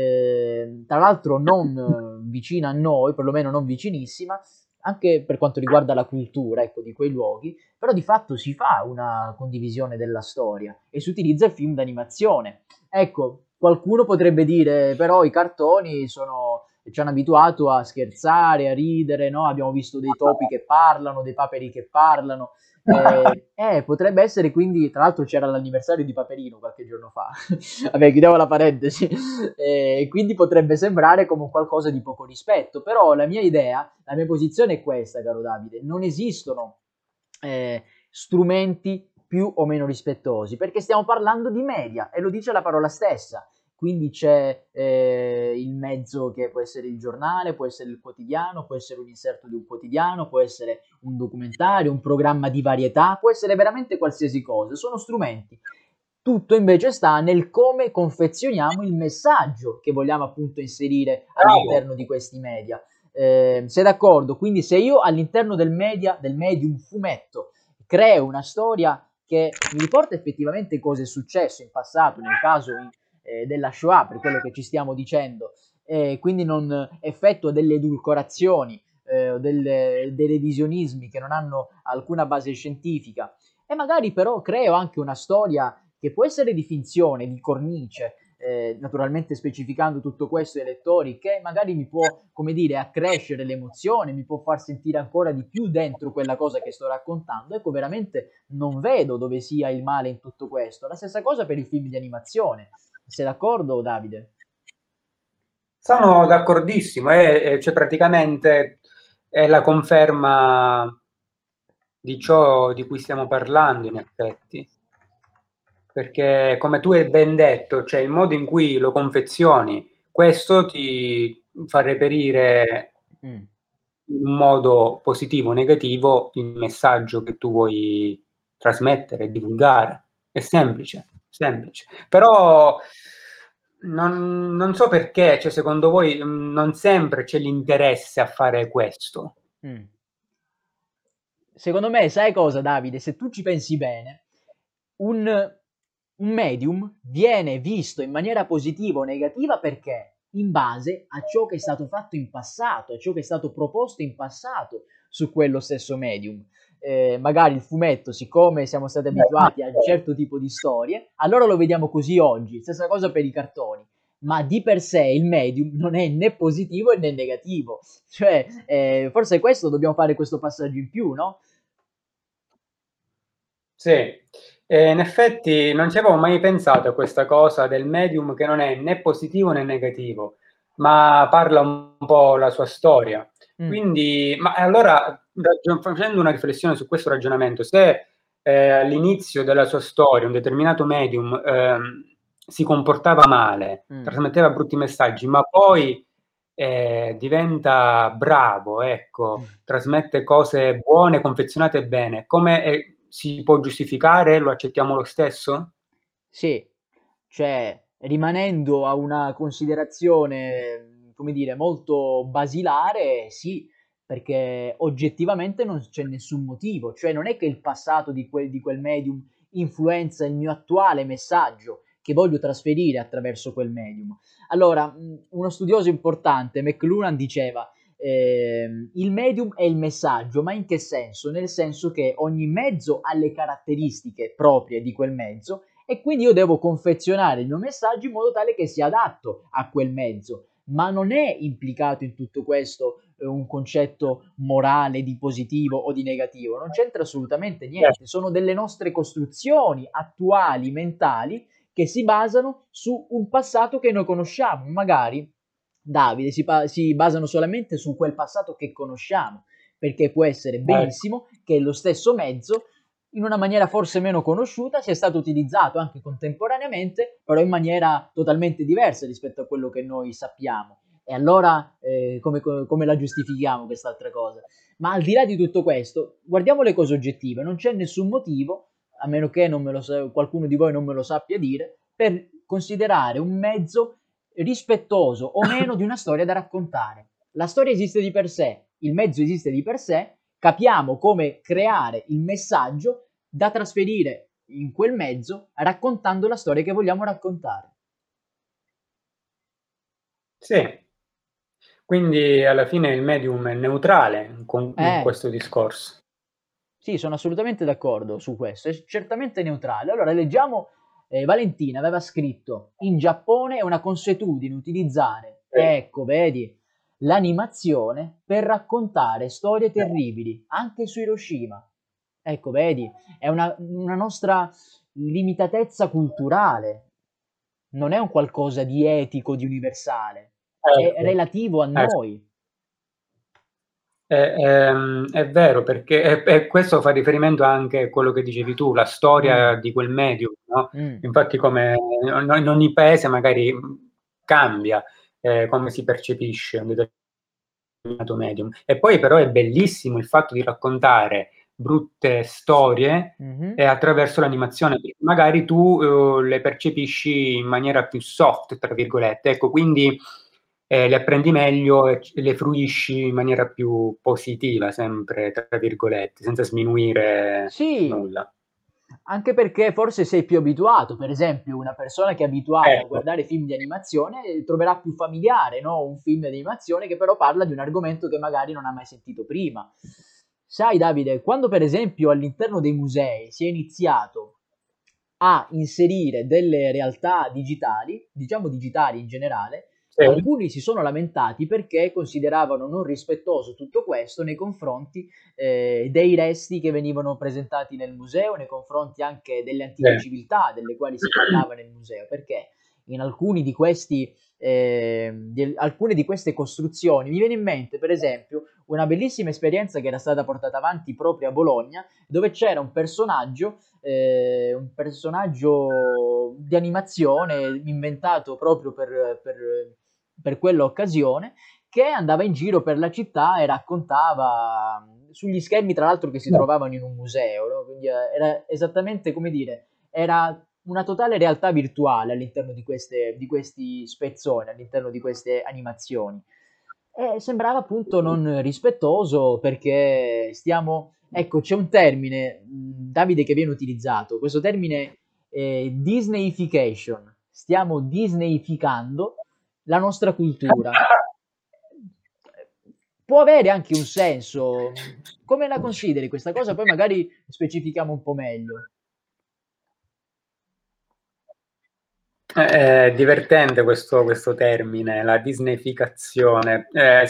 eh, tra l'altro non eh, vicina a noi, perlomeno non vicinissima, anche per quanto riguarda la cultura, ecco, di quei luoghi, però di fatto si fa una condivisione della storia e si utilizza il film d'animazione. Ecco, qualcuno potrebbe dire, però i cartoni sono, ci hanno abituato a scherzare, a ridere, no? Abbiamo visto dei topi che parlano, dei paperi che parlano. Eh, eh, potrebbe essere quindi, tra l'altro c'era l'anniversario di Paperino qualche giorno fa. Vabbè, chiudiamo la parentesi. E quindi potrebbe sembrare come un qualcosa di poco rispetto, però la mia idea, la mia posizione è questa, caro Davide, non esistono eh, strumenti più o meno rispettosi, perché stiamo parlando di media e lo dice la parola stessa. Quindi c'è eh, il mezzo che può essere il giornale, può essere il quotidiano, può essere un inserto di un quotidiano, può essere un documentario, un programma di varietà, può essere veramente qualsiasi cosa. Sono strumenti. Tutto invece sta nel come confezioniamo il messaggio che vogliamo appunto inserire Bravo. all'interno di questi media. Eh, sei d'accordo? Quindi se io all'interno del media, del medium fumetto, creo una storia che mi riporta effettivamente cosa è successo in passato, nel caso eh, della Shoah, per quello che ci stiamo dicendo, e quindi non effettuo delle edulcorazioni eh, o delle, dei revisionismi che non hanno alcuna base scientifica, e magari però creo anche una storia che può essere di finzione, di cornice, eh, naturalmente specificando tutto questo ai lettori, che magari mi può, come dire, accrescere l'emozione, mi può far sentire ancora di più dentro quella cosa che sto raccontando. Ecco, veramente non vedo dove sia il male in tutto questo. La stessa cosa per i film di animazione. Sei d'accordo, Davide? Sono d'accordissimo, è, è- cioè praticamente è la conferma di ciò di cui stiamo parlando, in effetti, perché come tu hai ben detto, cioè il modo in cui lo confezioni, questo ti fa reperire Mm. in un modo positivo o negativo il messaggio che tu vuoi trasmettere, divulgare. È semplice, semplice. Però non, non so perché, cioè, secondo voi mh, non sempre c'è l'interesse a fare questo. Mm. Secondo me, sai cosa, Davide? Se tu ci pensi bene, un, un medium viene visto in maniera positiva o negativa perché in base a ciò che è stato fatto in passato, a ciò che è stato proposto in passato su quello stesso medium. Eh, magari il fumetto, siccome siamo stati abituati a un certo tipo di storie, allora lo vediamo così oggi. Stessa cosa per i cartoni. Ma di per sé il medium non è né positivo né negativo. Cioè, eh, forse questo dobbiamo fare questo passaggio in più, no? Sì, e in effetti non ci avevo mai pensato a questa cosa del medium che non è né positivo né negativo, ma parla un po' la sua storia. Mh. Quindi, ma allora, ragion facendo una riflessione su questo ragionamento, se eh, all'inizio della sua storia un determinato medium ehm, si comportava male, Mh. trasmetteva brutti messaggi, ma poi eh, diventa bravo, ecco, trasmette cose buone, confezionate bene, come eh, si può giustificare? Lo accettiamo lo stesso? Sì, cioè rimanendo a una considerazione, come dire, molto basilare, sì, perché oggettivamente non c'è nessun motivo, cioè non è che il passato di quel, di quel medium influenza il mio attuale messaggio che voglio trasferire attraverso quel medium. Allora, mh, uno studioso importante, McLuhan, diceva ehm, il medium è il messaggio, ma in che senso? Nel senso che ogni mezzo ha le caratteristiche proprie di quel mezzo e quindi io devo confezionare il mio messaggio in modo tale che sia adatto a quel mezzo. Ma non è implicato in tutto questo eh, un concetto morale di positivo o di negativo, non c'entra assolutamente Certo. niente, sono delle nostre costruzioni attuali, mentali, che si basano su un passato che noi conosciamo. Magari, Davide, si, pa- si basano solamente su quel passato che conosciamo, perché può essere Ecco. benissimo che lo stesso mezzo in una maniera forse meno conosciuta, sia stato utilizzato anche contemporaneamente, però in maniera totalmente diversa rispetto a quello che noi sappiamo. E allora eh, come, come la giustifichiamo quest'altra cosa? Ma al di là di tutto questo, guardiamo le cose oggettive, non c'è nessun motivo, a meno che non me lo sa- qualcuno di voi non me lo sappia dire, per considerare un mezzo rispettoso o meno di una storia da raccontare. La storia esiste di per sé, il mezzo esiste di per sé, capiamo come creare il messaggio da trasferire in quel mezzo raccontando la storia che vogliamo raccontare. Sì, quindi alla fine il medium è neutrale con in Eh, questo discorso. sì, sono assolutamente d'accordo su questo, è certamente neutrale. Allora, leggiamo, eh, Valentina aveva scritto, in Giappone è una consuetudine utilizzare, Sì. ecco, vedi, l'animazione per raccontare storie terribili, anche su Hiroshima. Ecco, vedi, è una, una nostra limitatezza culturale, non è un qualcosa di etico, di universale, è Ecco, relativo a ecco. noi. Eh, ehm, è vero, perché e, e questo fa riferimento anche a quello che dicevi tu, la storia Mm, di quel medium, no? mm, Infatti, come in in ogni paese magari cambia eh, come si percepisce un determinato medium. E poi, però, è bellissimo il fatto di raccontare brutte storie mhm. eh, attraverso l'animazione, perché magari tu eh, le percepisci in maniera più soft, tra virgolette. Ecco, quindi eh, le apprendi meglio e le fruisci in maniera più positiva, sempre tra virgolette, senza sminuire Sì, nulla. anche perché forse sei più abituato, per esempio una persona che è abituata a Ecco, guardare film di animazione eh, troverà più familiare, no? Un film di animazione che però parla di un argomento che magari non ha mai sentito prima. Sai Davide, quando per esempio all'interno dei musei si è iniziato a inserire delle realtà digitali, diciamo digitali in generale, sì, alcuni si sono lamentati perché consideravano non rispettoso tutto questo nei confronti eh, dei resti che venivano presentati nel museo, nei confronti anche delle antiche sì. civiltà delle quali si parlava nel museo, perché in alcuni di questi, eh, di, alcune di queste costruzioni mi viene in mente, per esempio, una bellissima esperienza che era stata portata avanti proprio a Bologna, dove c'era un personaggio eh, un personaggio di animazione inventato proprio per, per, per quell'occasione che andava in giro per la città e raccontava sugli schermi, tra l'altro, che si trovavano in un museo, no? Quindi eh, era esattamente come dire, era una totale realtà virtuale all'interno di, queste, di questi spezzoni, all'interno di queste animazioni. E sembrava appunto non rispettoso perché stiamo, ecco, c'è un termine, mh, Davide, che viene utilizzato, questo termine eh, Disneyification, stiamo disneyficando la nostra cultura. Può avere anche un senso. Come la consideri questa cosa? Poi magari specifichiamo un po' meglio. È divertente questo, questo termine, la disneyficazione. Eh,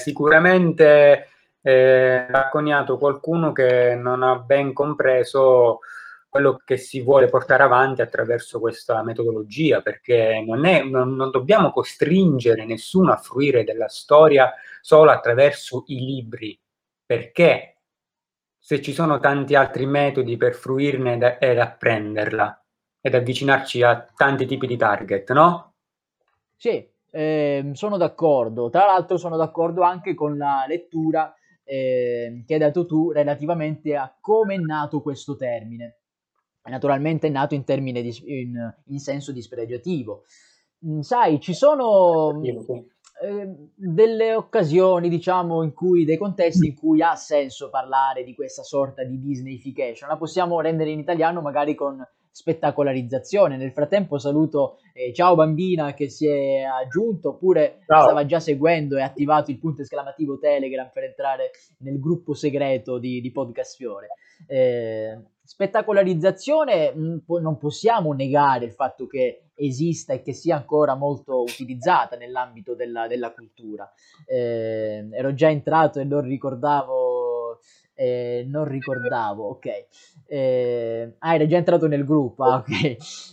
sicuramente eh, ha coniato qualcuno che non ha ben compreso quello che si vuole portare avanti attraverso questa metodologia, perché non, è, non, non dobbiamo costringere nessuno a fruire della storia solo attraverso i libri, perché se ci sono tanti altri metodi per fruirne ed, ed apprenderla ed avvicinarci a tanti tipi di target, no? Sì, ehm, sono d'accordo. Tra l'altro sono d'accordo anche con la lettura ehm, che hai dato tu relativamente a come è nato questo termine. Naturalmente è nato in termine dis- in, in senso dispregiativo. Mm, sai, ci sono mm, eh, delle occasioni, diciamo, in cui, dei contesti in cui ha senso parlare di questa sorta di Disneyfication. La possiamo rendere in italiano magari con spettacolarizzazione. Nel frattempo saluto eh, ciao bambina che si è aggiunto oppure Ciao. stava già seguendo e ha attivato il punto esclamativo Telegram per entrare nel gruppo segreto di, di Podcast Fiore. Eh, spettacolarizzazione, mh, po- non possiamo negare il fatto che esista e che sia ancora molto utilizzata nell'ambito della, della cultura. Eh, ero già entrato e non ricordavo, eh, non ricordavo, ok. Eh, ah, era già entrato nel gruppo, ah, ok.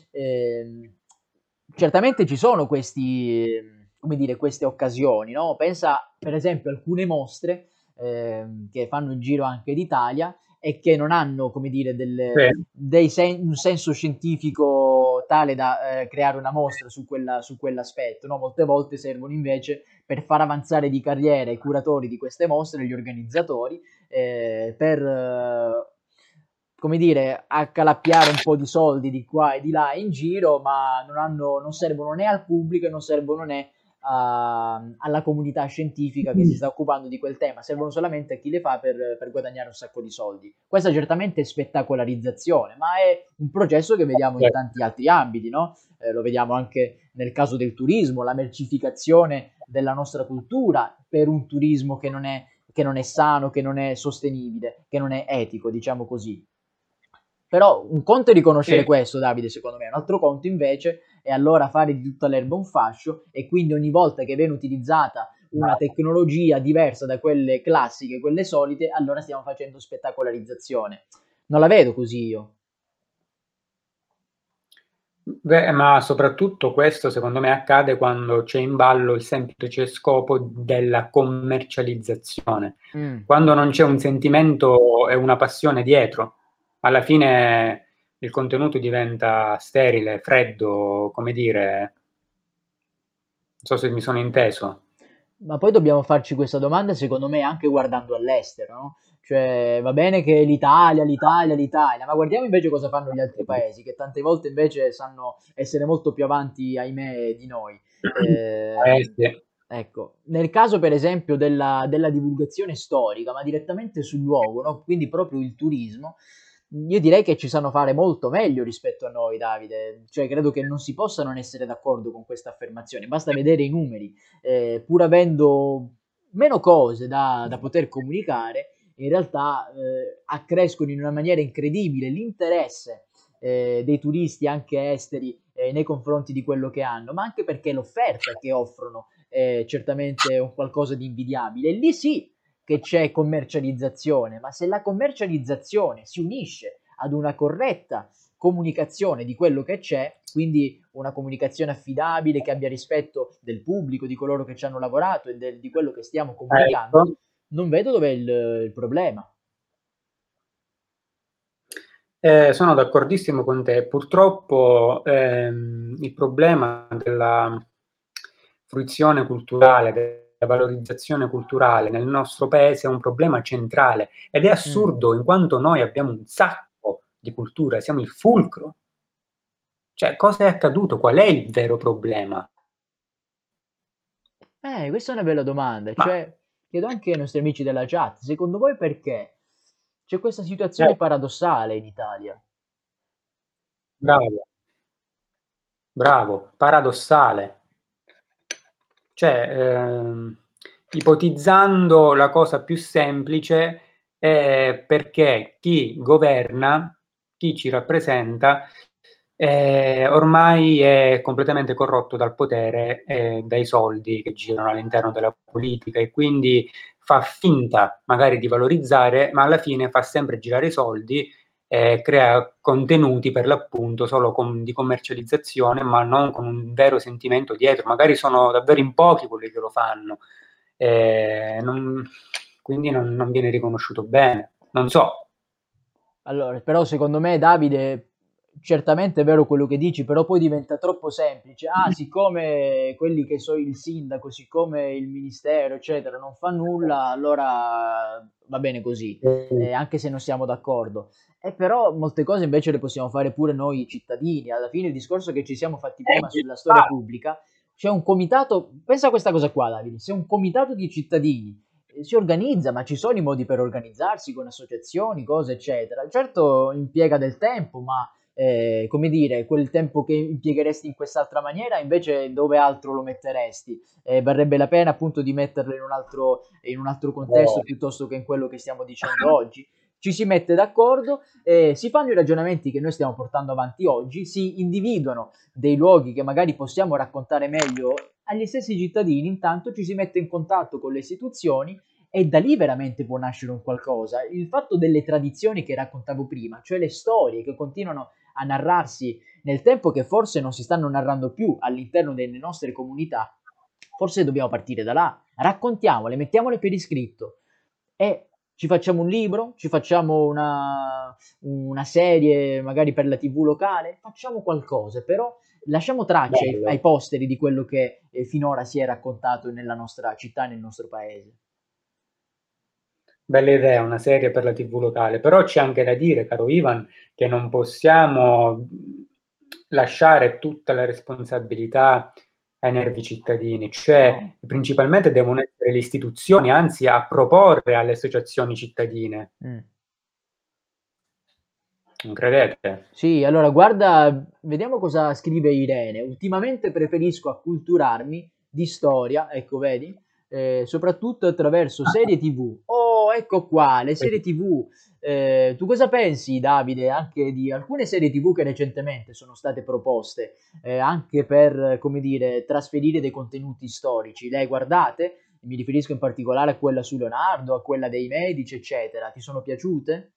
Eh, certamente ci sono questi, come dire, queste occasioni, no? Pensa per esempio a alcune mostre ehm, che fanno il giro anche d'Italia e che non hanno, come dire, delle, Sì. dei sen- un senso scientifico tale da eh, creare una mostra su, quella, su quell'aspetto, no? Molte volte servono invece per far avanzare di carriera i curatori di queste mostre, gli organizzatori, eh, per, eh, come dire, accalappiare un po' di soldi di qua e di là in giro, ma non, hanno, non servono né al pubblico e non servono né a- alla comunità scientifica che si sta occupando di quel tema, servono solamente a chi le fa per, per guadagnare un sacco di soldi. Questa certamente è spettacolarizzazione, ma è un processo che vediamo in tanti altri ambiti, no? Eh, lo vediamo anche nel caso del turismo, la mercificazione della nostra cultura per un turismo che non è, che non è sano, che non è sostenibile, che non è etico, diciamo così. Però un conto è riconoscere Sì. questo, Davide, secondo me, un altro conto invece è allora fare di tutta l'erba un fascio e quindi ogni volta che viene utilizzata una tecnologia diversa da quelle classiche, quelle solite, allora stiamo facendo spettacolarizzazione. Non la vedo così io. Beh, ma soprattutto questo secondo me accade quando c'è in ballo il semplice scopo della commercializzazione, Mm. quando non c'è un sentimento e una passione dietro. Alla fine il contenuto diventa sterile, freddo, come dire, non so se mi sono inteso. Ma poi dobbiamo farci questa domanda, secondo me, anche guardando all'estero, no? Cioè, va bene che l'Italia, l'Italia, l'Italia, ma guardiamo invece cosa fanno gli altri paesi, che tante volte invece sanno essere molto più avanti, ahimè, di noi. Eh, Eh, sì. ecco, nel caso per esempio della, della divulgazione storica, ma direttamente sul luogo, no? Quindi proprio il turismo, io direi che ci sanno fare molto meglio rispetto a noi, Davide. Cioè, credo che non si possa non essere d'accordo con questa affermazione, basta vedere i numeri eh, pur avendo meno cose da, da poter comunicare, in realtà eh, accrescono in una maniera incredibile l'interesse eh, dei turisti anche esteri eh, nei confronti di quello che hanno, ma anche perché l'offerta che offrono è certamente un qualcosa di invidiabile. E lì sì che c'è commercializzazione, ma se la commercializzazione si unisce ad una corretta comunicazione di quello che c'è, quindi una comunicazione affidabile che abbia rispetto del pubblico, di coloro che ci hanno lavorato e del, di quello che stiamo comunicando, Ecco. non vedo dov'è il, il problema. Eh, sono d'accordissimo con te. Purtroppo ehm, il problema della fruizione culturale, della valorizzazione culturale nel nostro paese è un problema centrale ed è Mm. assurdo in quanto noi abbiamo un sacco di cultura, siamo il fulcro. Cioè, cosa è accaduto? Qual è il vero problema? Eh, questa è una bella domanda, Ma cioè chiedo anche ai nostri amici della chat, secondo voi perché c'è questa eh, situazione paradossale in Italia? bravo, bravo, paradossale. Cioè, ehm, ipotizzando la cosa più semplice, è perché chi governa, chi ci rappresenta, eh, ormai è completamente corrotto dal potere e dai soldi che girano all'interno della politica e quindi fa finta magari di valorizzare, ma alla fine fa sempre girare i soldi eh, crea contenuti per l'appunto solo com- di commercializzazione, ma non con un vero sentimento dietro. Magari sono davvero in pochi quelli che lo fanno, eh, non- quindi non, non viene riconosciuto bene. Non so. Allora, però secondo me Davide, certamente è vero quello che dici, però poi diventa troppo semplice. Ah, siccome quelli che so il sindaco, siccome il ministero, eccetera, non fa nulla, allora va bene così, eh, anche se non siamo d'accordo. E però molte cose invece le possiamo fare pure noi cittadini. Alla fine il discorso che ci siamo fatti prima sulla storia pubblica, c'è un comitato, pensa a questa cosa qua, Davide, c'è un comitato di cittadini eh, si organizza, ma ci sono i modi per organizzarsi con associazioni, cose, eccetera. Certo, impiega del tempo, ma eh, come dire, quel tempo che impiegheresti in quest'altra maniera, invece dove altro lo metteresti? Eh, varrebbe la pena appunto di metterlo in un altro, in un altro contesto piuttosto che in quello che stiamo dicendo oggi. Ci si mette d'accordo, eh, si fanno i ragionamenti che noi stiamo portando avanti oggi, si individuano dei luoghi che magari possiamo raccontare meglio agli stessi cittadini, intanto ci si mette in contatto con le istituzioni e da lì veramente può nascere un qualcosa. Il fatto delle tradizioni che raccontavo prima, cioè le storie che continuano a narrarsi nel tempo che forse non si stanno narrando più all'interno delle nostre comunità, forse dobbiamo partire da là, raccontiamole, mettiamole per iscritto e ci facciamo un libro, ci facciamo una, una serie magari per la T V locale, facciamo qualcosa, però lasciamo traccia ai, ai Bello. posteri di quello che eh, finora si è raccontato nella nostra città e nel nostro paese. Bella idea, una serie per la T V locale, però c'è anche da dire, caro Ivan, che non possiamo lasciare tutta la responsabilità ai nervi cittadini, cioè No. principalmente devono essere le istituzioni, anzi a proporre alle associazioni cittadine, Mm. non credete? Sì, allora guarda, vediamo cosa scrive Irene. Ultimamente preferisco acculturarmi di storia, ecco, vedi, eh, soprattutto attraverso serie T V. Oh, ecco qua, le serie T V. Eh, tu cosa pensi, Davide, anche di alcune serie T V che recentemente sono state proposte, eh, anche per, eh, come dire, trasferire dei contenuti storici? Le hai guardate? Mi riferisco in particolare a quella su Leonardo, a quella dei Medici, eccetera. Ti sono piaciute?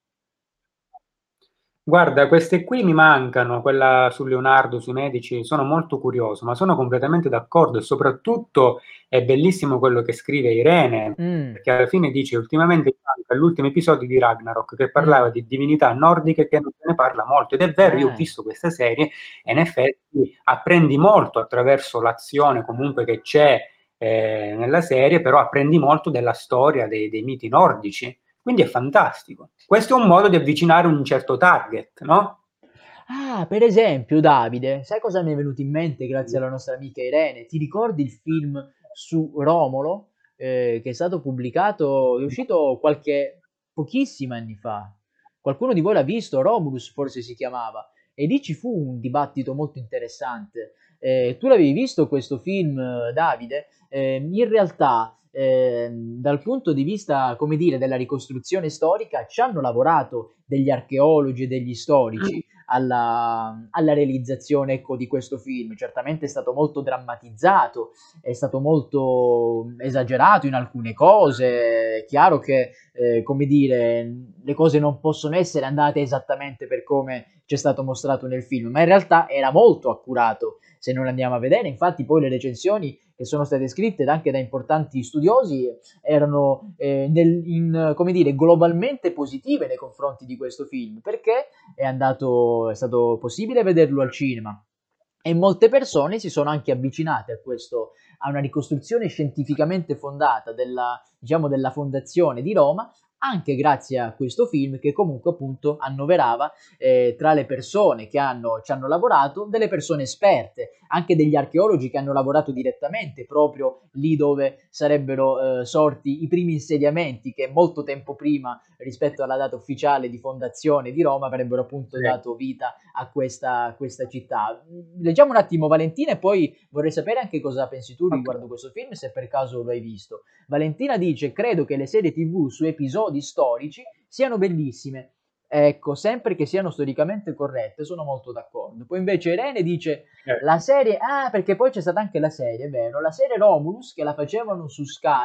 Guarda, queste qui mi mancano, quella su Leonardo, sui medici, sono molto curioso, ma sono completamente d'accordo e soprattutto è bellissimo quello che scrive Irene, Mm, perché alla fine dice ultimamente mi manca l'ultimo episodio di Ragnarok che parlava mm, di divinità nordiche che non se ne parla molto ed è vero, io ho eh. visto questa serie e in effetti apprendi molto attraverso l'azione comunque che c'è eh, nella serie, però apprendi molto della storia dei, dei miti nordici. Quindi è fantastico. Questo è un modo di avvicinare un certo target, no? Ah, per esempio, Davide, sai cosa mi è venuto in mente grazie alla nostra amica Irene? Ti ricordi il film su Romolo, eh, che è stato pubblicato, è uscito qualche pochissimi anni fa? Qualcuno di voi l'ha visto? Romulus forse si chiamava. E lì ci fu un dibattito molto interessante. Eh, tu l'avevi visto questo film, eh, Davide? Eh, in realtà, ehm, dal punto di vista, come dire, della ricostruzione storica, ci hanno lavorato degli archeologi e degli storici alla, alla realizzazione, ecco, di questo film. Certamente è stato molto drammatizzato, è stato molto esagerato in alcune cose. È chiaro che, eh, come dire, le cose non possono essere andate esattamente per come ci è stato mostrato nel film, ma in realtà era molto accurato se non andiamo a vedere. Infatti, poi le recensioni che sono state scritte anche da importanti studiosi erano eh, nel, in, come dire, globalmente positive nei confronti di questo film, perché è andato, è stato possibile vederlo al cinema. E molte persone si sono anche avvicinate a questo, a una ricostruzione scientificamente fondata della, diciamo, della fondazione di Roma, anche grazie a questo film che comunque appunto annoverava eh, tra le persone che hanno, ci hanno lavorato delle persone esperte, anche degli archeologi che hanno lavorato direttamente proprio lì dove sarebbero eh, sorti i primi insediamenti che molto tempo prima rispetto alla data ufficiale di fondazione di Roma avrebbero appunto Sì. dato vita a questa, a questa città. Leggiamo un attimo Valentina e poi vorrei sapere anche cosa pensi tu Ok. riguardo questo film, se per caso lo hai visto. Valentina dice: credo che le serie T V su episodi storici siano bellissime. Ecco, sempre che siano storicamente corrette, sono molto d'accordo. Poi invece Irene dice: la Certo. serie, ah, perché poi c'è stata anche la serie, è vero, la serie Romulus che la facevano su Sky,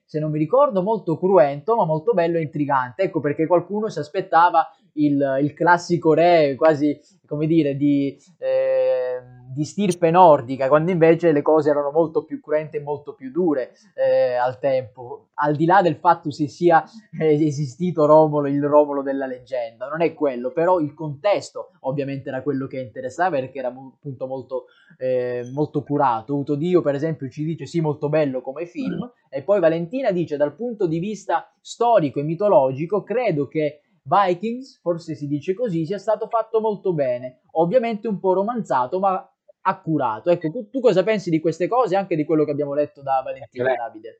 se non mi ricordo, molto cruento, ma molto bello e intrigante. Ecco perché qualcuno si aspettava il, il classico re, quasi come dire, di, eh, di stirpe nordica, quando invece le cose erano molto più cruente e molto più dure eh, al tempo. Al di là del fatto se sia eh, esistito Romolo, il Romolo della leggenda, non è quello, però il contesto ovviamente era quello che interessava perché era appunto molto, eh, molto curato. Utodio, per esempio, ci dice sì, molto bello come film, e poi Valentina dice dal punto di vista storico e mitologico, credo che Vikings, forse si dice così, sia stato fatto molto bene, ovviamente un po' romanzato, ma accurato. Ecco, tu, tu cosa pensi di queste cose, anche di quello che abbiamo letto da Valentina, Davide?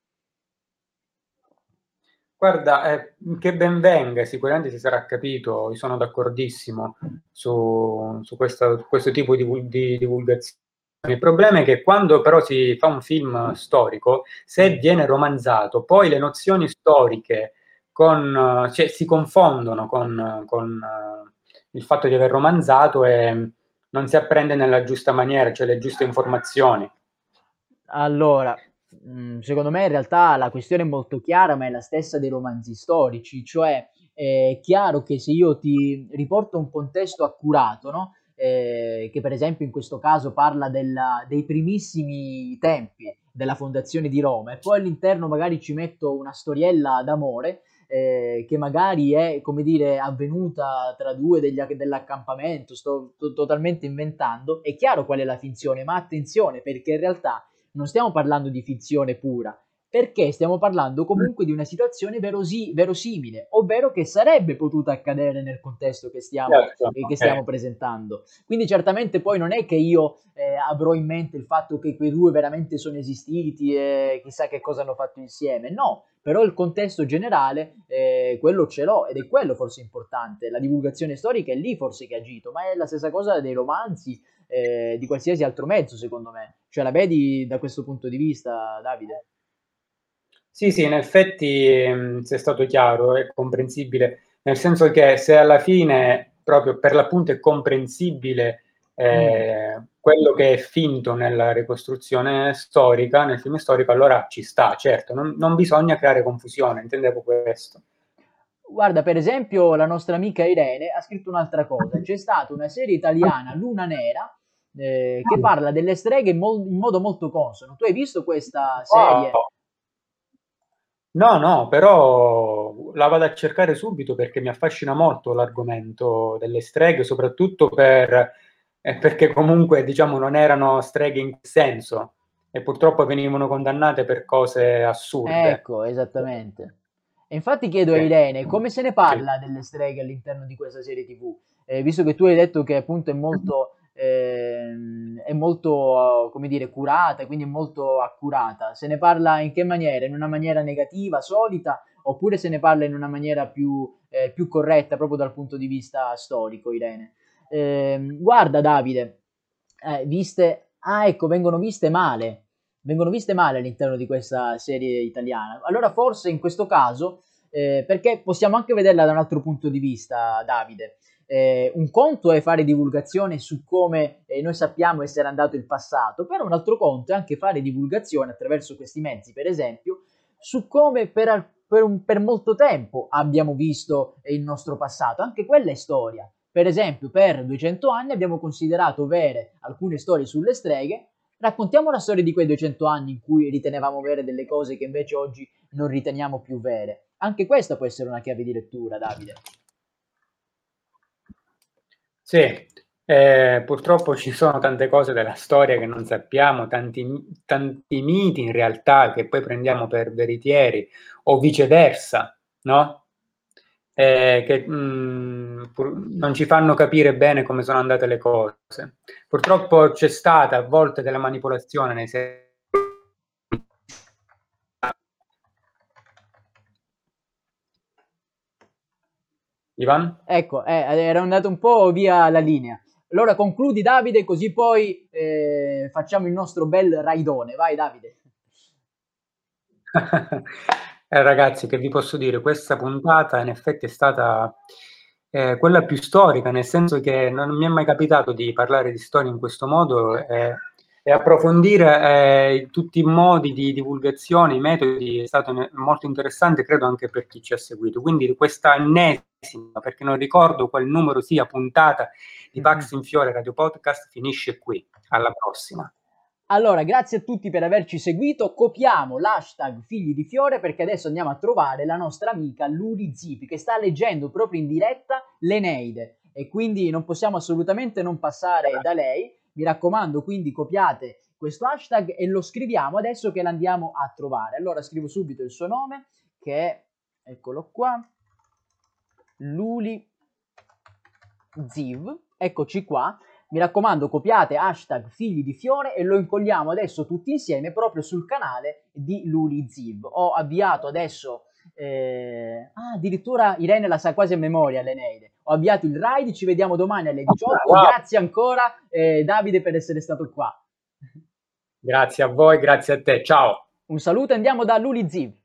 Guarda, eh, che ben venga, sicuramente si sarà capito, io sono d'accordissimo su, su questa- questo tipo di, divul- di divulgazione. Il problema è che quando però si fa un film storico, se viene romanzato, poi le nozioni storiche con, eh, cioè, si confondono con, con, eh, il fatto di aver romanzato e non si apprende nella giusta maniera, cioè le giuste informazioni. Allora, mh, secondo me in realtà la questione è molto chiara, ma è la stessa dei romanzi storici, cioè è chiaro che se io ti riporto un contesto accurato, no? Eh, che per esempio in questo caso parla della- dei primissimi tempi della fondazione di Roma, e poi all'interno magari ci metto una storiella d'amore, eh, che magari è, come dire, avvenuta tra due degli, dell'accampamento, sto to- totalmente inventando, è chiaro qual è la finzione, ma attenzione perché in realtà non stiamo parlando di finzione pura, perché stiamo parlando comunque di una situazione verosi- verosimile, ovvero che sarebbe potuta accadere nel contesto che stiamo, Certo, eh, che ok. stiamo presentando. Quindi certamente poi non è che io eh, avrò in mente il fatto che quei due veramente sono esistiti e chissà che cosa hanno fatto insieme, no, però il contesto generale, eh, quello ce l'ho ed è quello forse importante, la divulgazione storica è lì forse che ha agito, ma è la stessa cosa dei romanzi, eh, di qualsiasi altro mezzo, secondo me. Cioè, la vedi da questo punto di vista, Davide? Sì, sì, in effetti ehm, sei stato chiaro, è comprensibile, nel senso che se alla fine proprio per l'appunto è comprensibile Mm. eh, quello che è finto nella ricostruzione storica, nel film storico, allora ci sta, certo, non, non bisogna creare confusione, intendevo questo. Guarda, per esempio, la nostra amica Irene ha scritto un'altra cosa. C'è stata una serie italiana, Luna Nera, eh, che parla delle streghe in, mol- in modo molto consono. Tu hai visto questa serie? Wow. No, no, però la vado a cercare subito perché mi affascina molto l'argomento delle streghe, soprattutto per, eh, perché comunque, diciamo, non erano streghe in quel senso e purtroppo venivano condannate per cose assurde. Ecco, esattamente. E infatti chiedo a Sì, Irene, come se ne sì. parla delle streghe all'interno di questa serie T V? Eh, visto che tu hai detto che appunto è molto, ehm, è molto, eh, come dire, curata, quindi è molto accurata. Se ne parla in che maniera? In una maniera negativa, solita, oppure se ne parla in una maniera più, eh, più corretta, proprio dal punto di vista storico, Irene? Ehm, guarda, Davide, eh, viste, ah, ecco, vengono viste male vengono viste male all'interno di questa serie italiana. Allora forse in questo caso, eh, perché possiamo anche vederla da un altro punto di vista, Davide, eh, un conto è fare divulgazione su come eh, noi sappiamo essere andato il passato, però un altro conto è anche fare divulgazione attraverso questi mezzi, per esempio, su come per, al- per, un- per molto tempo abbiamo visto eh, il nostro passato. Anche quella è storia. Per esempio, per duecento anni abbiamo considerato vere alcune storie sulle streghe. Raccontiamo la storia di quei duecento anni in cui ritenevamo vere delle cose che invece oggi non riteniamo più vere. Anche questa può essere una chiave di lettura, Davide. Sì, eh, purtroppo ci sono tante cose della storia che non sappiamo, tanti, tanti miti in realtà che poi prendiamo per veritieri o viceversa, no? Eh, che mh, pur- non ci fanno capire bene come sono andate le cose. Purtroppo c'è stata a volte della manipolazione nei secoli. Ivan? Ecco, eh, era andato un po' via la linea. Allora concludi, Davide, così poi eh, facciamo il nostro bel raidone. Vai, Davide. Eh, ragazzi, che vi posso dire? Questa puntata in effetti è stata eh, quella più storica, nel senso che non mi è mai capitato di parlare di storia in questo modo. eh, e approfondire eh, tutti i modi di divulgazione, i metodi, è stato ne- molto interessante, credo anche per chi ci ha seguito. Quindi questa ennesima, perché non ricordo qual numero sia, puntata di Pax in Fiore Radio Podcast finisce qui. Alla prossima. Allora, grazie a tutti per averci seguito. Copiamo l'hashtag Figli di Fiore perché adesso andiamo a trovare la nostra amica Luli Zipi che sta leggendo proprio in diretta l'Eneide e quindi non possiamo assolutamente non passare da lei. Mi raccomando, quindi copiate questo hashtag e lo scriviamo adesso che l'andiamo a trovare. Allora scrivo subito il suo nome che è, eccolo qua, Luli Ziv, eccoci qua. Mi raccomando, copiate hashtag Figli di Fiore e lo incolliamo adesso tutti insieme proprio sul canale di Luli Ziv. Ho avviato adesso, eh... ah, addirittura Irene la sa quasi a memoria, l'Eneide. Ho avviato il ride, ci vediamo domani alle diciotto. Wow. Grazie ancora eh, Davide per essere stato qua. Grazie a voi, grazie a te, ciao. Un saluto e andiamo da Luli Ziv.